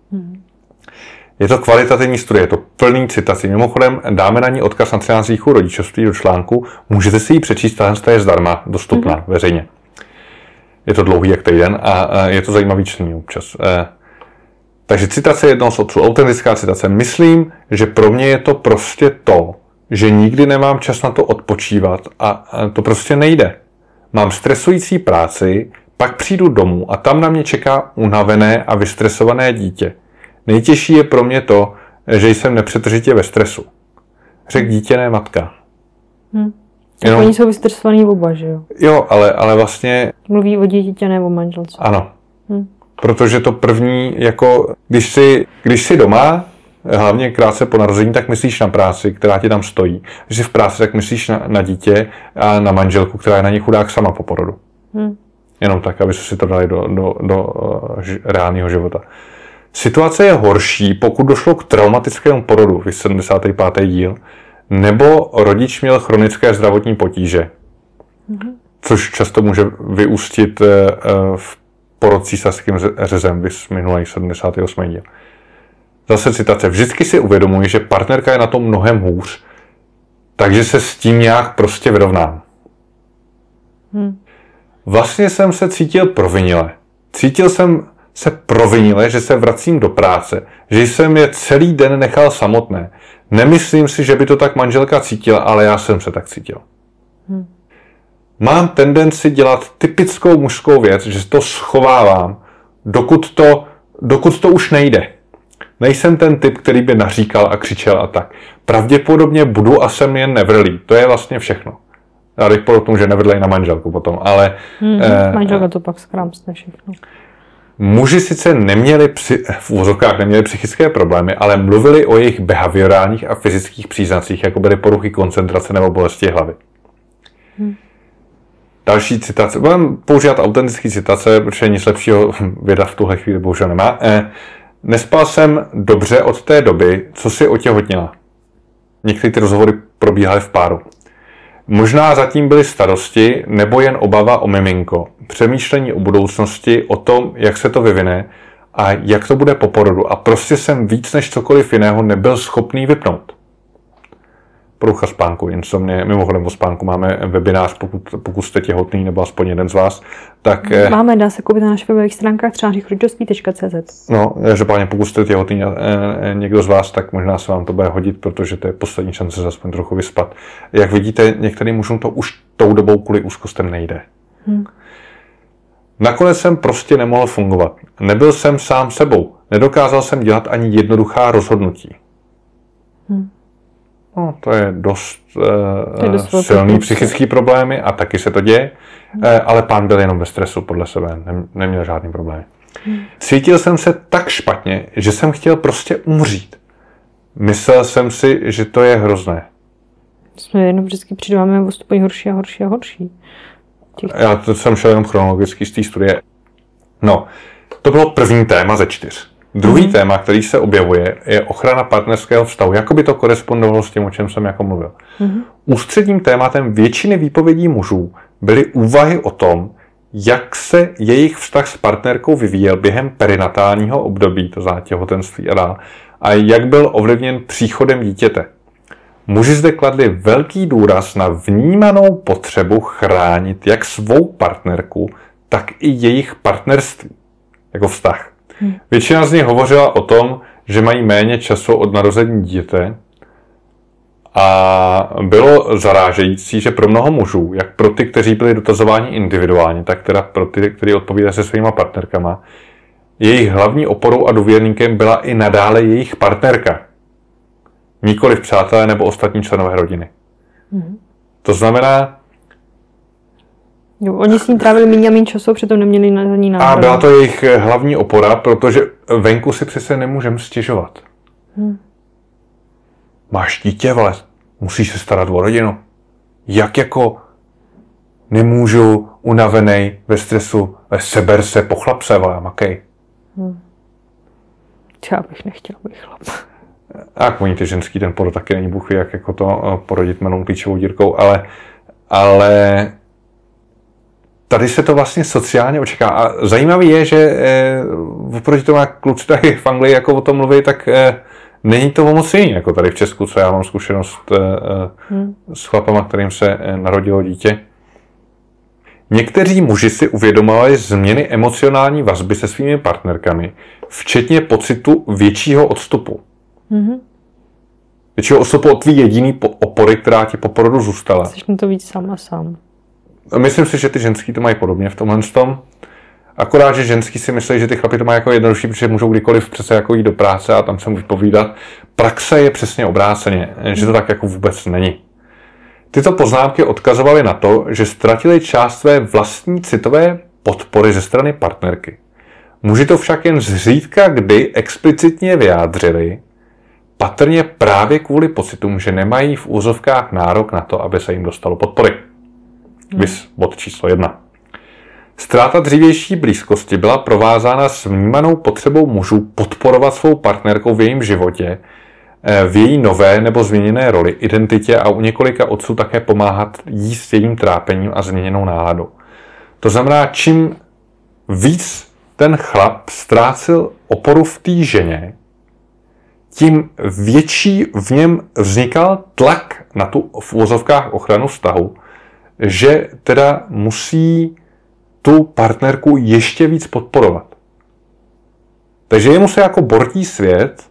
Je to kvalitativní studie, je to plný citací. Mimochodem dáme na ní odkaz na 13 výchů rodičovství do článku. Můžete si ji přečíst, ta je zdarma, dostupná veřejně. Je to dlouhý jak týden a je to zajímavý čtení občas. Takže citace jednoho z otců, autentická citace. Myslím, že pro mě je to prostě to, že nikdy nemám čas na to odpočívat a to prostě nejde. Mám stresující práci, pak přijdu domů a tam na mě čeká unavené a vystresované dítě. Nejtěžší je pro mě to, že jsem nepřetržitě ve stresu. Řekl dítě, ne matka. Jenom... Oni jsou vystresovaní oba, že jo? Jo, ale vlastně... Mluví o dítě nebo manželce. Ano. Protože to první, jako když jsi doma, hlavně krátce po narození, tak myslíš na práci, která ti tam stojí. Když jsi v práci, tak myslíš na dítě a na manželku, která je na ně chudák sama po porodu. Jenom tak, aby si to dali do reálného života. Situace je horší, pokud došlo k traumatickému porodu, 75. díl, nebo rodič měl chronické zdravotní potíže, což často může vyústit v porod císařským řezem, minulý 78. díl. Zase citace. Vždycky si uvědomuji, že partnerka je na tom mnohem hůř, takže se s tím nějak prostě vyrovnám. Vlastně jsem se cítil provinile. Cítil jsem se provinile, že se vracím do práce, že jsem je celý den nechal samotné. Nemyslím si, že by to tak manželka cítila, ale já jsem se tak cítil. Mám tendenci dělat typickou mužskou věc, že to schovávám, dokud to už nejde. Nejsem ten typ, který by naříkal a křičel a tak. Pravděpodobně budu a jsem jen nevrlý. To je vlastně všechno. Já bych podotknul, že nevrlej na manželku potom, ale... Manželka to pak skrámsne všechno. Muži sice neměli v úvozovkách neměli psychické problémy, ale mluvili o jejich behaviorálních a fyzických příznacích, jako byly poruchy koncentrace nebo bolesti hlavy. Další citace. Budeme používat autentické citace, protože nic lepšího věda v tuhle chvíli bohužel nemá. Nespal jsem dobře od té doby, co si otěhotněla. Některé ty rozhovory probíhaly v páru. Možná zatím byly starosti nebo jen obava o miminko, přemýšlení o budoucnosti, o tom, jak se to vyvine a jak to bude po porodu. A prostě jsem víc než cokoliv jiného nebyl schopný vypnout. Porucha spánku, insomnie. Mimochodem o spánku máme webinář, pokud jste těhotný, nebo aspoň jeden z vás. Tak, máme, dá se koupit na našich webových stránkách třáříchručství.cz. No, každopádně pokud jste těhotný někdo z vás, tak možná se vám to bude hodit, protože to je poslední šance se aspoň trochu vyspat. Jak vidíte, některým mužům to už tou dobou kvůli úzkostem nejde. Nakonec jsem prostě nemohl fungovat. Nebyl jsem sám sebou. Nedokázal jsem dělat ani jednoduchá rozhodnutí. No, to je dost silný psychický problémy a taky se to děje, ale pán byl jenom ve stresu podle sebe, neměl žádný problém. Cítil jsem se tak špatně, že jsem chtěl prostě umřít. Myslel jsem si, že to je hrozné. Jsme jenom vždycky přidáváme o stupeň horší a horší a horší. Já to jsem šel jenom chronologicky z té studie. No, to bylo první téma ze 4. Druhý téma, který se objevuje, je ochrana partnerského vztahu. Jakoby to korespondovalo s tím, o čem jsem jako mluvil. Ústředním tématem většiny výpovědí mužů byly úvahy o tom, jak se jejich vztah s partnerkou vyvíjel během perinatálního období, to znamená těhotenství a dál, a jak byl ovlivněn příchodem dítěte. Muži zde kladli velký důraz na vnímanou potřebu chránit jak svou partnerku, tak i jejich partnerství, jako vztah. Většina z nich hovořila o tom, že mají méně času od narození dítěte a bylo zarážející, že pro mnoho mužů, jak pro ty, kteří byli dotazováni individuálně, tak teda pro ty, kteří odpovídají se svýma partnerkama, jejich hlavní oporou a důvěrníkem byla i nadále jejich partnerka. Nikoliv přátelé nebo ostatní členové rodiny. To znamená... Jo, oni s ním trávili méně a méně času, přitom neměli na ní náhodou. A byla to jejich hlavní opora, protože venku si přece nemůžeme stěžovat. Máš dítě, vole, musíš se starat o rodinu. Jak jako nemůžu, unavenej, ve stresu, seber se, pochlap se, vole, makej. Já bych nechtěl být chlap. A oni ty ženský, ten porod taky není buchy, jak jako to porodit melou klíčovou dírkou, ale tady se to vlastně sociálně očeká. A zajímavý je, že oproti tomu, jak kluci tady v Anglii jako o tom mluví, tak není to moc jiný, jako tady v Česku, co já mám zkušenost s chlapama, kterým se narodilo dítě. Někteří muži si uvědomovali změny emocionální vazby se svými partnerkami, včetně pocitu většího odstupu. Většího odstupu od tvý jediný opory, která ti po porodu zůstala. Chceš to víc sám a sám. Myslím si, že ty ženský to mají podobně v tomhle tom. Akorát, že ženský si myslí, že ty chlapi to mají jako jednodušší, protože můžou kdykoliv přece jako jít do práce a tam se můžu povídat. Praxe je přesně obráceně, že to tak jako vůbec není. Tyto poznámky odkazovaly na to, že ztratili část své vlastní citové podpory ze strany partnerky. Muži to však jen zřídka kdy explicitně vyjádřili, patrně právě kvůli pocitům, že nemají v úzovkách nárok na to, aby se jim dostalo podpory. Viz bod číslo 1. Ztráta dřívější blízkosti byla provázána s vnímanou potřebou mužů podporovat svou partnerku v jejím životě, v její nové nebo změněné roli, identitě a u několika otců také pomáhat jí s jejím trápením a změněnou náladou. To znamená, čím víc ten chlap ztrácel oporu v té ženě, tím větší v něm vznikal tlak na tu v uvozovkách ochranu vztahu, že teda musí tu partnerku ještě víc podporovat. Takže jemu se jako bortí svět,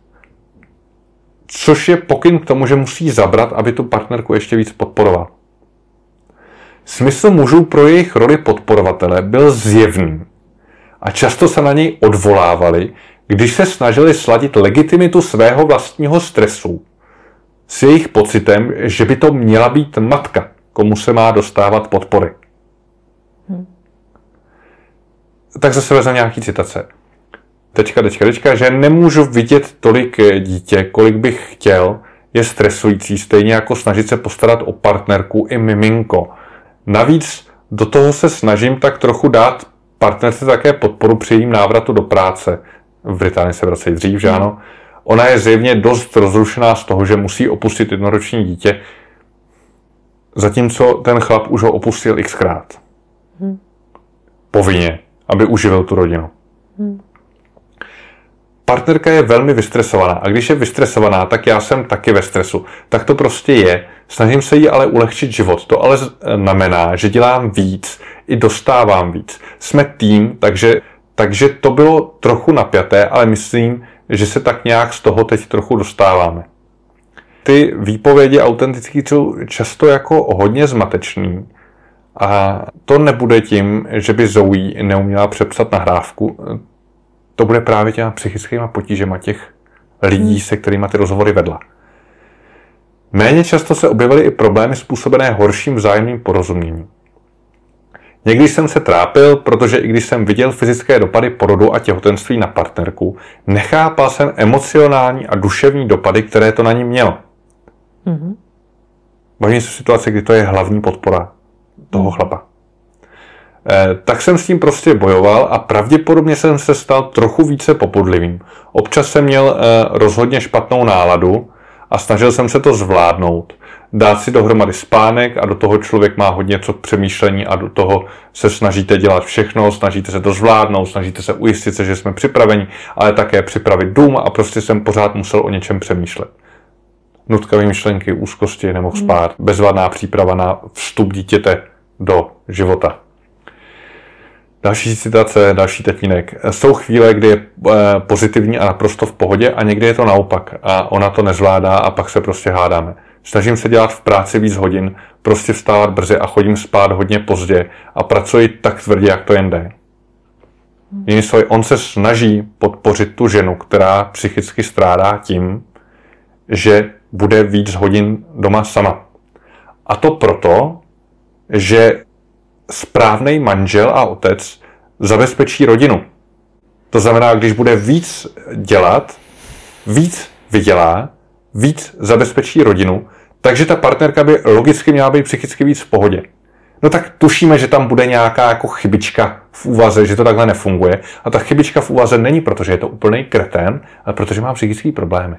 což je pokyn k tomu, že musí zabrat, aby tu partnerku ještě víc podporoval. Smysl mužů pro jejich roli podporovatele byl zjevný a často se na něj odvolávali, když se snažili sladit legitimitu svého vlastního stresu s jejich pocitem, že by to měla být matka, komu se má dostávat podpory. Tak zase vezmu nějaký citace. Tečka, že nemůžu vidět tolik dítě, kolik bych chtěl, je stresující, stejně jako snažit se postarat o partnerku i miminko. Navíc do toho se snažím tak trochu dát partnerce také podporu při jejím návratu do práce. V Británii se vracejí dřív, že ano? Ona je zjevně dost rozrušená z toho, že musí opustit jednoroční dítě, zatímco ten chlap už ho opustil xkrát. Povinně, aby uživil tu rodinu. Partnerka je velmi vystresovaná a když je vystresovaná, tak já jsem taky ve stresu. Tak to prostě je. Snažím se jí ale ulehčit život. To ale znamená, že dělám víc i dostávám víc. Jsme tým, takže to bylo trochu napjaté, ale myslím, že se tak nějak z toho teď trochu dostáváme. Ty výpovědi autentický jsou často jako hodně zmatečný a to nebude tím, že by Zoe neuměla přepsat nahrávku. To bude právě těma psychickýma potížema těch lidí, se kterými ty rozhovory vedla. Méně často se objevily i problémy způsobené horším vzájemným porozuměním. Někdy jsem se trápil, protože i když jsem viděl fyzické dopady porodu a těhotenství na partnerku, nechápal jsem emocionální a duševní dopady, které to na ní mělo. Bavím se v situaci, kdy to je hlavní podpora toho chlapa. Tak jsem s tím prostě bojoval a pravděpodobně jsem se stal trochu více popudlivým. Občas jsem měl rozhodně špatnou náladu a snažil jsem se to zvládnout. Dát si dohromady spánek a do toho člověk má hodně co k přemýšlení a do toho se snažíte dělat všechno, snažíte se to zvládnout, snažíte se ujistit se, že jsme připraveni, ale také připravit dům a prostě jsem pořád musel o něčem přemýšlet. Nutkavé myšlenky, úzkosti, nemohl spát, bezvadná příprava na vstup dítěte do života. Další citace, další tatínek. Jsou chvíle, kdy je pozitivní a naprosto v pohodě a někdy je to naopak a ona to nezvládá a pak se prostě hádáme. Snažím se dělat v práci víc hodin, prostě vstávat brzy a chodím spát hodně pozdě a pracuji tak tvrdě, jak to jen jde. Jinými slovy, on se snaží podpořit tu ženu, která psychicky strádá tím, že bude víc hodin doma sama. A to proto, že správný manžel a otec zabezpečí rodinu. To znamená, když bude víc dělat, víc vydělá, víc zabezpečí rodinu, takže ta partnerka by logicky měla být psychicky víc v pohodě. No tak tušíme, že tam bude nějaká jako chybička v úvaze, že to takhle nefunguje. A ta chybička v úvaze není, protože je to úplný kretén, ale protože má psychické problémy.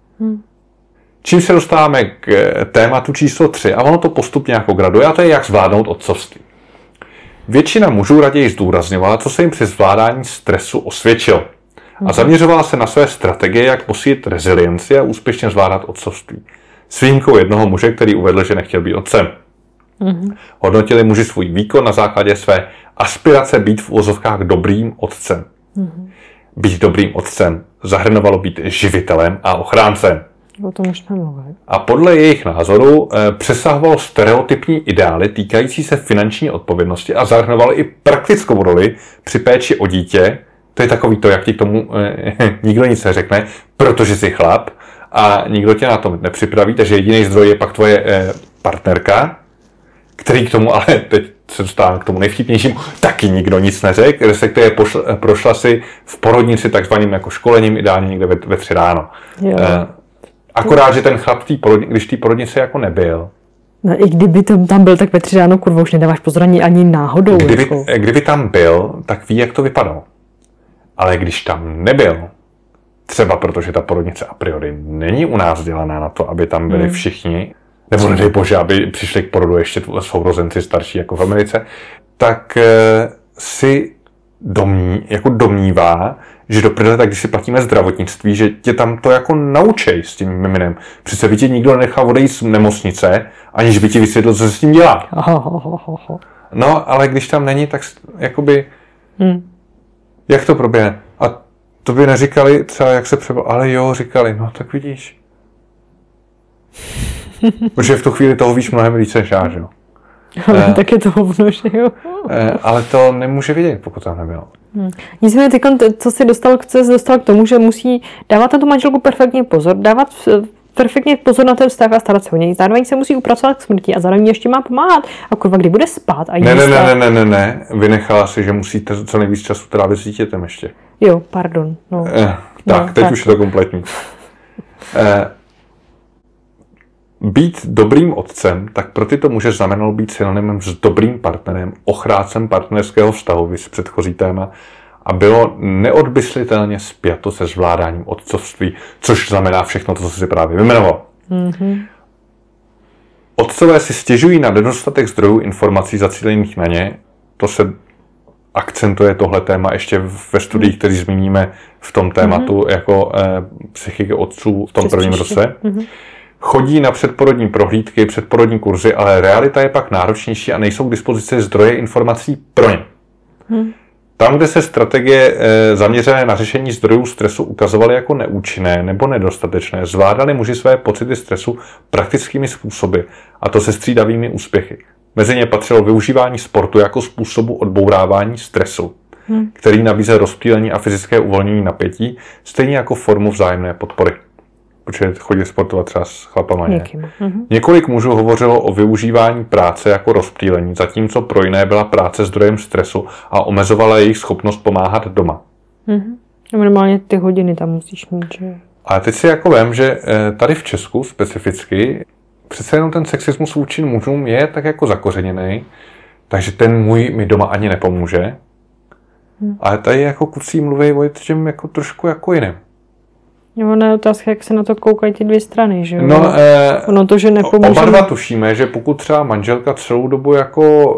Čím se dostáváme k tématu číslo 3 a ono to postupně jako graduje, a to je jak zvládnout otcovství. Většina mužů raději zdůrazňovala, co se jim při zvládání stresu osvědčilo. A zaměřovala se na své strategie, jak posílit rezilienci a úspěšně zvládat otcovství. S výjimkou jednoho muže, který uvedl, že nechtěl být otcem. Hodnotili muži svůj výkon na základě své aspirace být v uvozovkách dobrým otcem. Být dobrým otcem zahrnovalo být živitelem a ochráncem. O tom už nemluvili. A podle jejich názoru přesahovalo stereotypní ideály týkající se finanční odpovědnosti a zahrnovalo i praktickou roli při péči o dítě. To je takový to, jak ti k tomu nikdo nic neřekne, protože jsi chlap a nikdo tě na tom nepřipraví, takže jediný zdroj je pak tvoje partnerka, který k tomu, ale teď se dostávám k tomu nejvtipnějšímu, taky nikdo nic neřekl, respektive prošla si v porodnici takzvaným jako školením, ideálně někde ve 3 ráno. Akorát, že ten chlap, když v té porodnici jako nebyl. No, i kdyby tam byl, tak ve 3 ráno, kurva, už nedáváš pozor ani náhodou. Kdyby tam byl, tak ví, jak to vypadalo. Ale když tam nebyl, třeba protože ta porodnice a priori není u nás dělaná na to, aby tam byli všichni, nebo nedej bože, aby přišli k porodu ještě sourozenci starší jako v Americe, tak si domnívá, že do prdele, tak když si platíme zdravotnictví, že tě tam to jako naučej s tím miminem. Přece by tě nikdo nenechal odejít z nemocnice, aniž by ti vysvětlil, co se s tím dělá. No, ale když tam není, tak jakoby... Jak to proběhne? A to by neříkali třeba, jak se přebal, ale jo, říkali, no tak vidíš. Protože v tu chvíli toho víš mnohem více než já, že jo. Tak je to hovno, že jo? Ale to nemůže vědět, pokud tam nebylo. Nicméně teď, co jsi dostal k tomu, že musí dávat na tu manželku perfektně pozor, dávat perfektně pozor na ten vztah a starat se o něj. Zároveň se musí upracovat k smrti a zároveň ještě má pomáhat. A kurva, kdy bude spát a jíst. Ne. Vynechala si, že musíte co nejvíc času trávit s dítětem ještě. Jo, pardon. No. Teď už je to kompletní. Být dobrým otcem, tak pro ty to může znamenalo být synonymem s dobrým partnerem, ochránцем partnerského vztahu, vys předchozí téma, a bylo neodmyslitelně spjato se zvládáním otcovství, což znamená všechno to, co si právě vyjmenoval. Mm-hmm. Otcové si stěžují na nedostatek zdrojů informací zacílených na ně. To se akcentuje tohle téma ještě ve studiích, které zmíníme v tom tématu jako psychiky otců v tom prvním roce. Mm-hmm. Chodí na předporodní prohlídky, předporodní kurzy, ale realita je pak náročnější a nejsou k dispozici zdroje informací pro ně. Tam, kde se strategie zaměřené na řešení zdrojů stresu ukazovaly jako neúčinné nebo nedostatečné, zvládali muži své pocity stresu praktickými způsoby, a to se střídavými úspěchy. Mezi ně patřilo využívání sportu jako způsobu odbourávání stresu, který nabízel rozptýlení a fyzické uvolnění napětí, stejně jako formu vzájemné podpory. Protože chodí sportovat třeba s chlapama. Několik mužů hovořilo o využívání práce jako rozptýlení, zatímco pro jiné byla práce zdrojem stresu a omezovala jejich schopnost pomáhat doma. Normálně ty hodiny tam musíš mít, že? Ale teď si jako vem, že tady v Česku specificky přece jenom ten sexismus vůči mužům je tak jako zakořeněný, takže ten můj mi doma ani nepomůže. Ale tady jako kluci mluví o něčem jako trošku jako jiném. Ono je otázka, jak se na to koukají ty dvě strany, že jo? Ono to, že nepomůže. Oba dva tušíme, že pokud třeba manželka celou dobu jako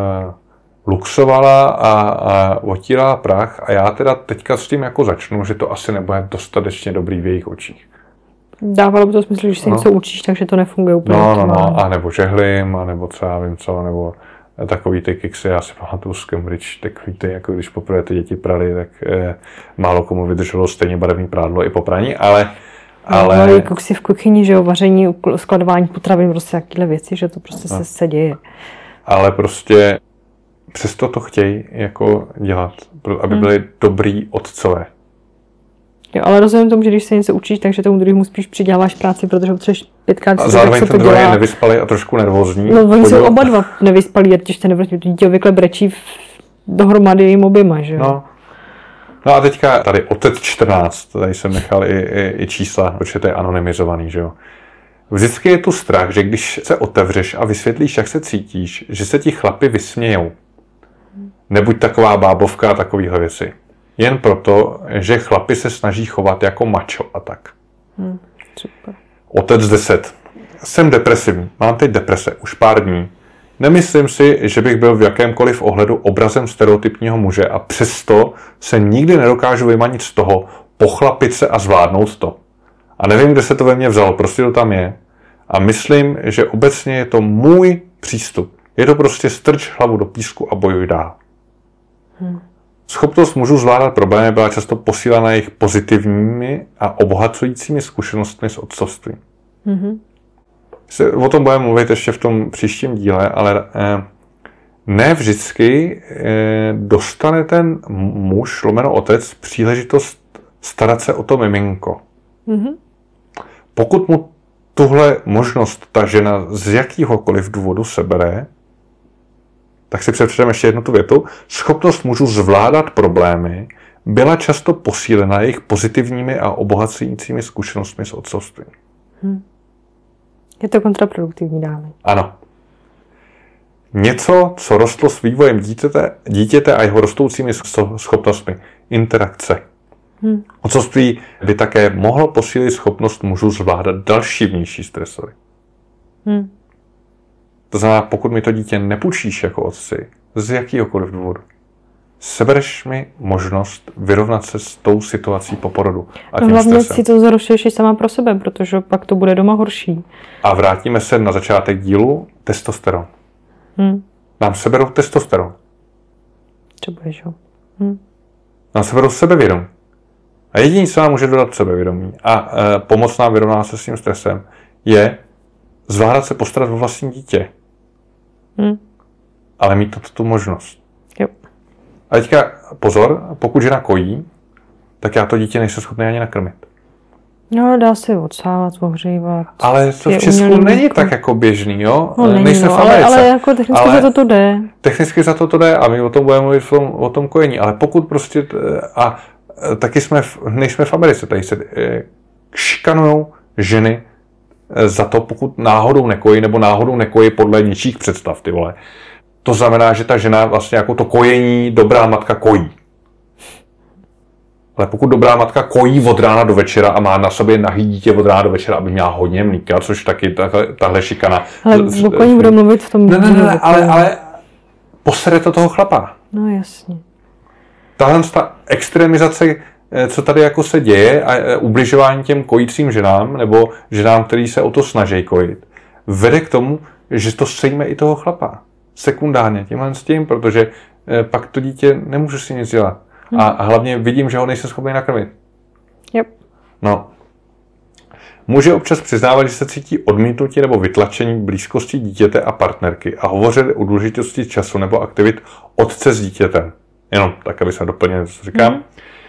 luxovala a otírala prach a já teda teďka s tím jako začnu, že to asi nebude dostatečně dobrý v jejich očích. Dávalo by to smysl, že se něco učíš, takže to nefunguje úplně. A nebo žehlím, a nebo třeba vím co, nebo takový ty kiksy, já si pamatuju z Cambridge, takový ty, jako když poprvé ty děti prali, tak málo komu vydrželo stejně barevný prádlo i po praní, ale koksy v kuchyni, že jo, vaření, skladování potravin, prostě takovéhle věci, že to prostě se děje. Ale prostě přesto to chtějí jako dělat, aby byli dobrý otcové. Jo, ale rozumím tomu, že když se něco učíš, takže tomu druhému spíš přiděláváš práci, protože potřebuješ 5krát a zároveň ten druhý je nevyspalý a trošku nervózní. No, oni jsou oba dva nevyspalí, a těž ten dítě obvykle brečí dohromady jim oběma, že jo? No a teďka tady otec 14, tady jsem nechal i čísla, protože to je anonymizovaný, že jo? Vždycky je tu strach, že když se otevřeš a vysvětlíš, jak se cítíš, že se ti chlapi vysmějou. Nebuď taková bábovka a takovýhle věci. Jen proto, že chlapi se snaží chovat jako mačo a tak. Super. Otec 10. Jsem depresivní. Mám teď deprese. Už pár dní. Nemyslím si, že bych byl v jakémkoliv ohledu obrazem stereotypního muže a přesto se nikdy nedokážu vymanit z toho, pochlapit se a zvládnout to. A nevím, kde se to ve mně vzalo. Prostě to tam je. A myslím, že obecně je to můj přístup. Je to prostě strč hlavu do písku a bojuj dál. Schopnost mužů zvládat problémy byla často posílána jejich pozitivními a obohacujícími zkušenostmi z otcovství. O tom budeme mluvit ještě v tom příštím díle, ale ne vždycky dostane ten muž, lomeno otec, příležitost starat se o to miminko. Pokud mu tuhle možnost ta žena z jakýhokoliv důvodu sebere, tak si přečteme ještě jednu tu větu. Schopnost mužů zvládat problémy byla často posílena jejich pozitivními a obohacujícími zkušenostmi z otcovství. Je to kontraproduktivní, dámy. Ano. Něco, co rostlo s vývojem dítěte a jeho rostoucími schopnostmi. Interakce. Otcovství by také mohlo posílit schopnost mužů zvládat další vnější stresory. To znamená, pokud mi to dítě nepůjčíš jako otci, z jakýhokoliv důvodu, sebereš mi možnost vyrovnat se s tou situací po porodu. A hlavně si to zhoršuješ i sama pro sebe, protože pak to bude doma horší. A vrátíme se na začátek dílu, testosteron. Nám seberou testosteron. Třeba, že jo. Nám seberou sebevědomí. A jediný, co nám může dodat sebevědomí a pomoct nám vyrovnat se s tím stresem, je zvládat se postarat o vlastní dítě. Ale mít tu možnost. Jo. A teďka pozor, pokud žena kojí, tak já to dítě nejsem schopný ani nakrmit. No, dá se odsávat, ohřívat. Ale to v Česku není tak jako běžný, jo? No, nejsem v Americe. Ale jako technicky za to jde. Technicky za to jde a my o tom budeme mluvit o tom kojení. Ale pokud prostě, a taky nejsme v Americe, tady se šikanujou ženy za to, pokud náhodou nekojí, nebo náhodou nekojí podle něčích představ, ty vole. To znamená, že ta žena vlastně jako to kojení, dobrá matka kojí. Ale pokud dobrá matka kojí od rána do večera a má na sobě nahý dítě od rána do večera, aby měla hodně mlíka, což taky tahle šikana. Ale o koní budeme mluvit v tom... Ne, ale posere to toho chlapa. No jasně. Tahle extremizace, co tady jako se děje a ubližování těm kojícím ženám nebo ženám, který se o to snaží kojit, vede k tomu, že to sejme i toho chlapa. Sekundárně tímhle s tím, protože pak to dítě nemůže si nic dělat. A hlavně vidím, že ho nejsem schopný nakrmit. Yep. No. Může občas přiznávat, že se cítí odmítnutí nebo vytlačení blízkosti dítěte a partnerky a hovořit o důležitosti času nebo aktivit otce s dítětem. Jenom tak, aby se doplnil, co říkám.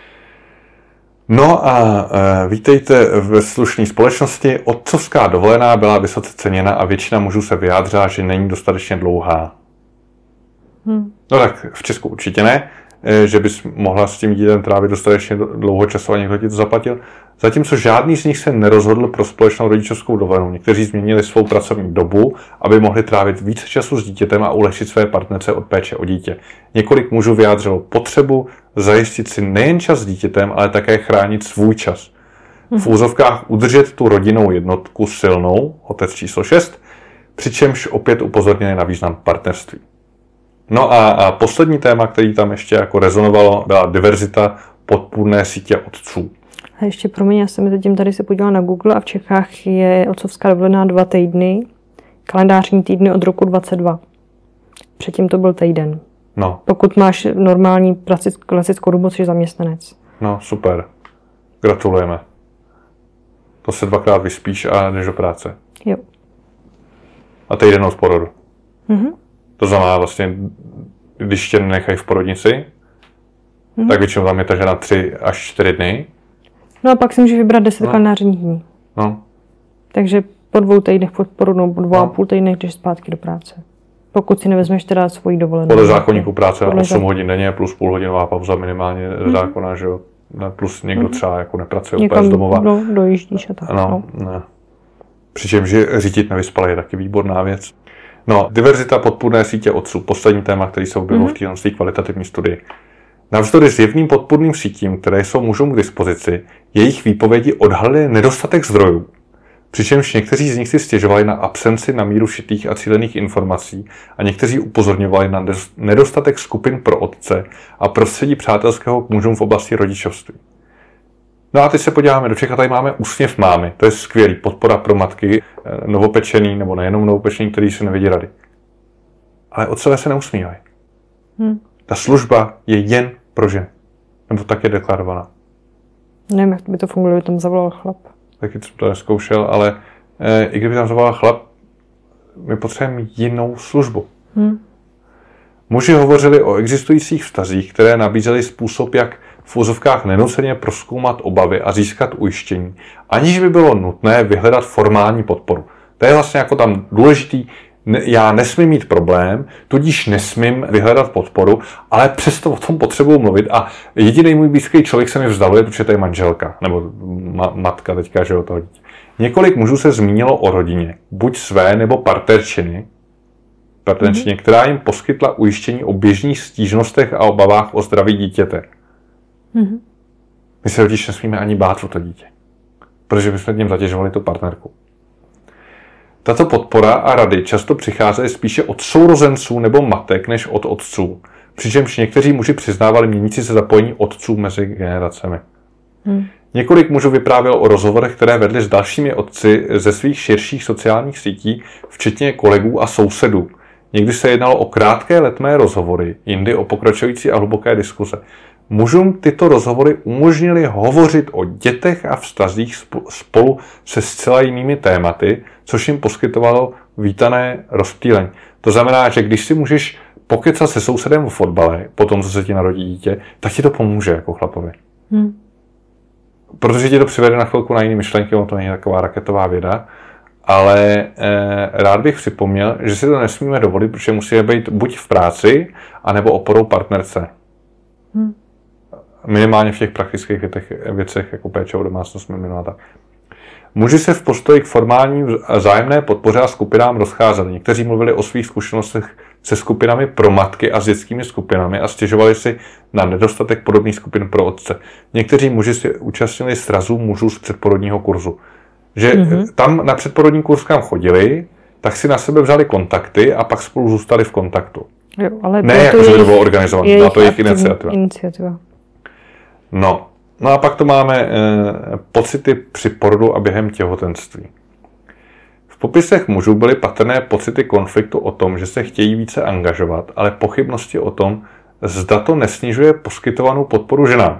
No a vítejte ve slušné společnosti. Otcovská dovolená byla vysoce ceněna a většina mužů se vyjádřila, že není dostatečně dlouhá. No tak v Česku určitě ne, že bys mohla s tím dítem trávit dostatečně dlouho času a někdo ti to zaplatil. Zatímco žádný z nich se nerozhodl pro společnou rodičovskou dovolenou. Někteří změnili svou pracovní dobu, aby mohli trávit více času s dítětem a ulehčit své partnerce od péče o dítě. Několik mužů vyjádřilo potřebu zajistit si nejen čas s dítětem, ale také chránit svůj čas. V úzovkách udržet tu rodinnou jednotku silnou, otec číslo 6, přičemž opět upozornili na význam partnerství. No a poslední téma, který tam ještě jako rezonovalo, byla diverzita podpůrné sítě otců. A ještě promiň, já jsem zatím tady se podívala na Google a v Čechách je otcovská dovolená 2 týdny, kalendářní týdny od roku 22. Předtím to byl týden. No. Pokud máš normální klasickou dobu, což je zaměstnanec. No, super. Gratulujeme. To se 2krát vyspíš a jdeš do práce. Jo. A týden od porodu. To znamená vlastně, když tě nechají v porodnici, tak většinou tam je ta žena 3 až 4 dny. No a pak si můžeš vybrat 10 kalendářních dní. No. Takže po 2 týdnech pod porodu, po 2,5 týdnech jdeš zpátky do práce. Pokud si nevezmeš teda svoji dovolenou. Podle zákoníku práce 8 hodin denně plus půlhodinová pauza minimálně zákona, že jo. Plus někdo třeba jako nepracuje úplně z domova. No, dojíždíš a tak. No. Ne. Přičemž řídit nevyspalý je taky výborná věc. No, diverzita podpůrné sítě otců. Poslední téma, který se objevil v této kvalitativní studii. Navzdory zjevným podpůrným sítím, které jsou mužům k dispozici, jejich výpovědi odhalily nedostatek zdrojů. Přičemž někteří z nich si stěžovali na absenci na míru šitých a cílených informací a někteří upozorňovali na nedostatek skupin pro otce a prostředí přátelského k mužům v oblasti rodičovství. No a teď se podíváme do Čech a tady máme úsměv mámy. To je skvělý, podpora pro matky novopečený nebo nejenom novopečený, který si nevědí rady. Ale otcové se neusmívají. Ta služba je jen pro ženy. Nebo tak je deklarovaná. Nevím, jak by to fungovalo, kdyby tam zavolal chlap. Taky jsem to neskoušel, ale i kdyby tam zavolal chlap, my potřebujeme jinou službu. Muži hovořili o existujících vztazích, které nabízely způsob, jak v úzovkách nenuceně prozkoumat obavy a získat ujištění, aniž by bylo nutné vyhledat formální podporu. To je vlastně jako tam důležitý, já nesmím mít problém, tudíž nesmím vyhledat podporu, ale přesto o tom potřebuji mluvit a jediný můj blízký člověk se mi vzdaluje, protože to je manželka, nebo matka teďka, že o toho dítě. Několik mužů se zmínilo o rodině, buď své nebo partnerčiny, která jim poskytla ujištění o běžných stížnostech a obavách o zdraví dítěte. My se totiž nesmíme ani bát o to dítě, protože bychom tím zatěžovali tu partnerku. Tato podpora a rady často přicházely spíše od sourozenců nebo matek než od otců, přičemž někteří muži přiznávali měnící se zapojení otců mezi generacemi. Několik mužů vyprávělo o rozhovorech, které vedli s dalšími otci ze svých širších sociálních sítí, včetně kolegů a sousedů. Někdy se jednalo o krátké letmé rozhovory, jindy o pokračující a hluboké diskuse. Mužům tyto rozhovory umožnily hovořit o dětech a vztazích spolu se zcela jinými tématy, což jim poskytovalo vítané rozptýlení. To znamená, že když si můžeš pokecat se sousedem o fotbale, po tom, co se ti narodí dítě, tak ti to pomůže jako chlapovi. Protože ti to přivede na chvilku na jiné myšlenky, to není taková raketová věda, ale rád bych připomněl, že si to nesmíme dovolit, protože musíme být buď v práci, anebo oporou partnerce. Minimálně v těch praktických věcech, jako péče o domácnost, minimálně tak. Muži se v postoji k formální vzájemné podpoře a skupinám rozcházeli. Někteří mluvili o svých zkušenostech se skupinami pro matky a s dětskými skupinami a stěžovali si na nedostatek podobných skupin pro otce. Někteří muži si účastnili srazů mužů z předporodního kurzu. Že tam na předporodní kurz, kam chodili, tak si na sebe vzali kontakty a pak spolu zůstali v kontaktu. Jo, ale ne jako, že to bylo organizované, byla to jejich iniciativa. No a pak to máme pocity při porodu a během těhotenství. V popisech mužů byly patrné pocity konfliktu o tom, že se chtějí více angažovat, ale pochybnosti o tom, zda to nesnižuje poskytovanou podporu ženám.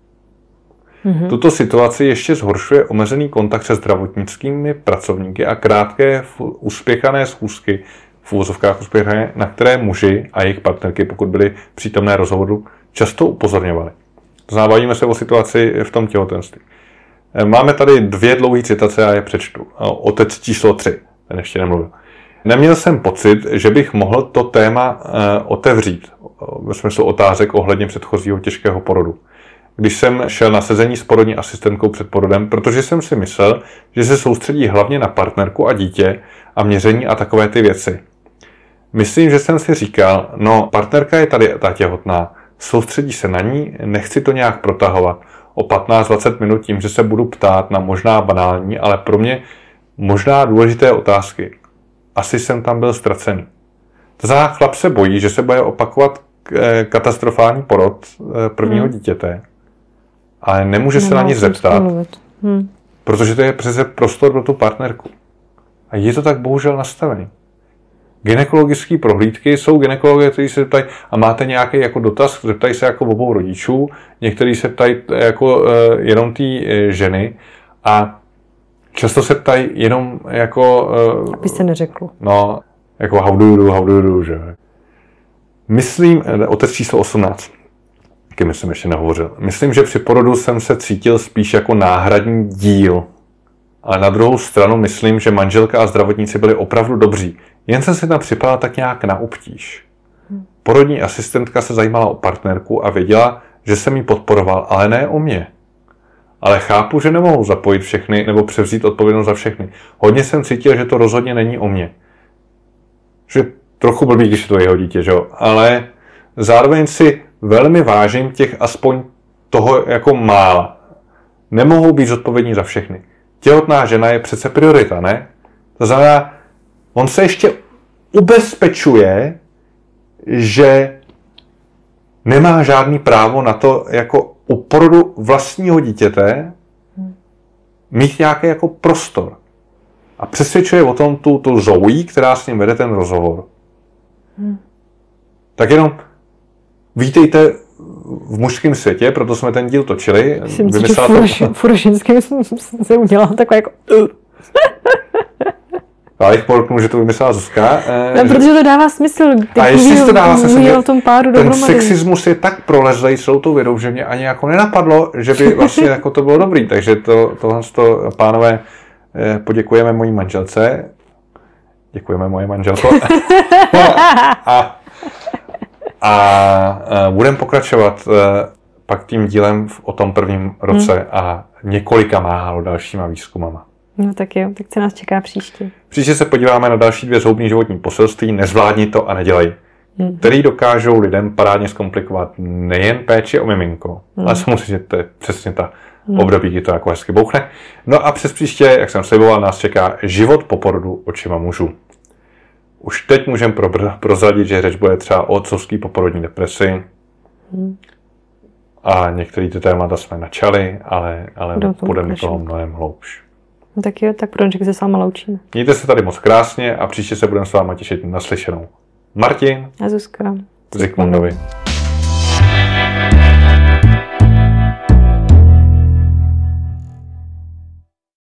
Tuto situaci ještě zhoršuje omezený kontakt se zdravotnickými pracovníky a krátké uspěchané schůzky, v uvozovkách uspěchané, na které muži a jejich partnerky, pokud byli přítomné rozhovoru, často upozorňovali. To znamená, bavíme se o situaci v tom těhotenství. Máme tady 2 dlouhé citace a je přečtu. Otec číslo 3, ten ještě nemluvil. Neměl jsem pocit, že bych mohl to téma otevřít, ve smyslu otázek ohledně předchozího těžkého porodu. Když jsem šel na sezení s porodní asistentkou před porodem, protože jsem si myslel, že se soustředí hlavně na partnerku a dítě a měření a takové ty věci. Myslím, že jsem si říkal, no partnerka je tady ta těhotná, soustředí se na ní, nechci to nějak protahovat o 15-20 minut tím, že se budu ptát na možná banální, ale pro mě možná důležité otázky. Asi jsem tam byl ztracený. To znamená, chlap se bojí, že se bude opakovat katastrofální porod prvního dítěte, ale nemůže se na ní zeptat, protože to je přece prostor pro tu partnerku. A je to tak bohužel nastavený. Gynekologické prohlídky jsou gynekologové, kteří se ptají, a máte nějaký jako dotaz, zeptají se jako obou rodičů, někteří se ptají jako jenom té ženy a často se ptají jenom jako... Aby se neřeklo. No, jako how do you do, že? Myslím, otec číslo 18, kým jsem ještě nehovořil. Myslím, že při porodu jsem se cítil spíš jako náhradní díl. Ale na druhou stranu myslím, že manželka a zdravotníci byli opravdu dobří. Jen jsem si tam připadal tak nějak na obtíž. Porodní asistentka se zajímala o partnerku a věděla, že jsem jí podporoval, ale ne o mě. Ale chápu, že nemohu zapojit všechny nebo převzít odpovědnost za všechny. Hodně jsem cítil, že to rozhodně není o mě. Že trochu blbý, když je to jeho dítě, že jo? Ale zároveň si velmi vážím těch aspoň toho jako mála. Nemohou být zodpovědní za všechny. Těhotná žena je přece priorita, ne? To znamená, on se ještě ubezpečuje, že nemá žádný právo na to, jako u porodu vlastního dítěte mít nějaký jako prostor. A přesvědčuje o tom tu Zoe, která s ním vede ten rozhovor. Tak jenom vítejte v mužském světě, proto jsme ten díl točili. Myslím si, že Furošinským se udělal takový jako... Já jich polknu, že to vymyslela Zuzka. No, protože to dává smysl. A jestli to dává smysl, že tom páru ten sexismus je tak prolezlej celou tou vědou, že mě ani jako nenapadlo, že by vlastně jako to bylo dobrý. Takže tohle, pánové, poděkujeme mojí manželce. Děkujeme moje manželko. A budeme pokračovat pak tím dílem o tom prvním roce a několika málo dalšíma výzkumama. No tak jo, tak se nás čeká příště. Příště se podíváme na další 2 zhoubný životní poselství, nezvládni to a nedělej, který dokážou lidem parádně zkomplikovat nejen péči o miminko, ale samozřejmě to je přesně ta období, kdy to jako hezky bouchne. No a přes příště, jak jsem sliboval, nás čeká život po porodu očima mužů. Už teď můžeme prozradit, že řeč bude třeba o otcovský poporodní depresi. A některé ty témata jsme načali, ale půjdeme do toho mnohem hloubš. No tak jo, tak pro dnešek se s váma loučíme. Mějte se tady moc krásně a příště se budeme s váma těšit na slyšenou. Martin a Zuzka Zikmundovi.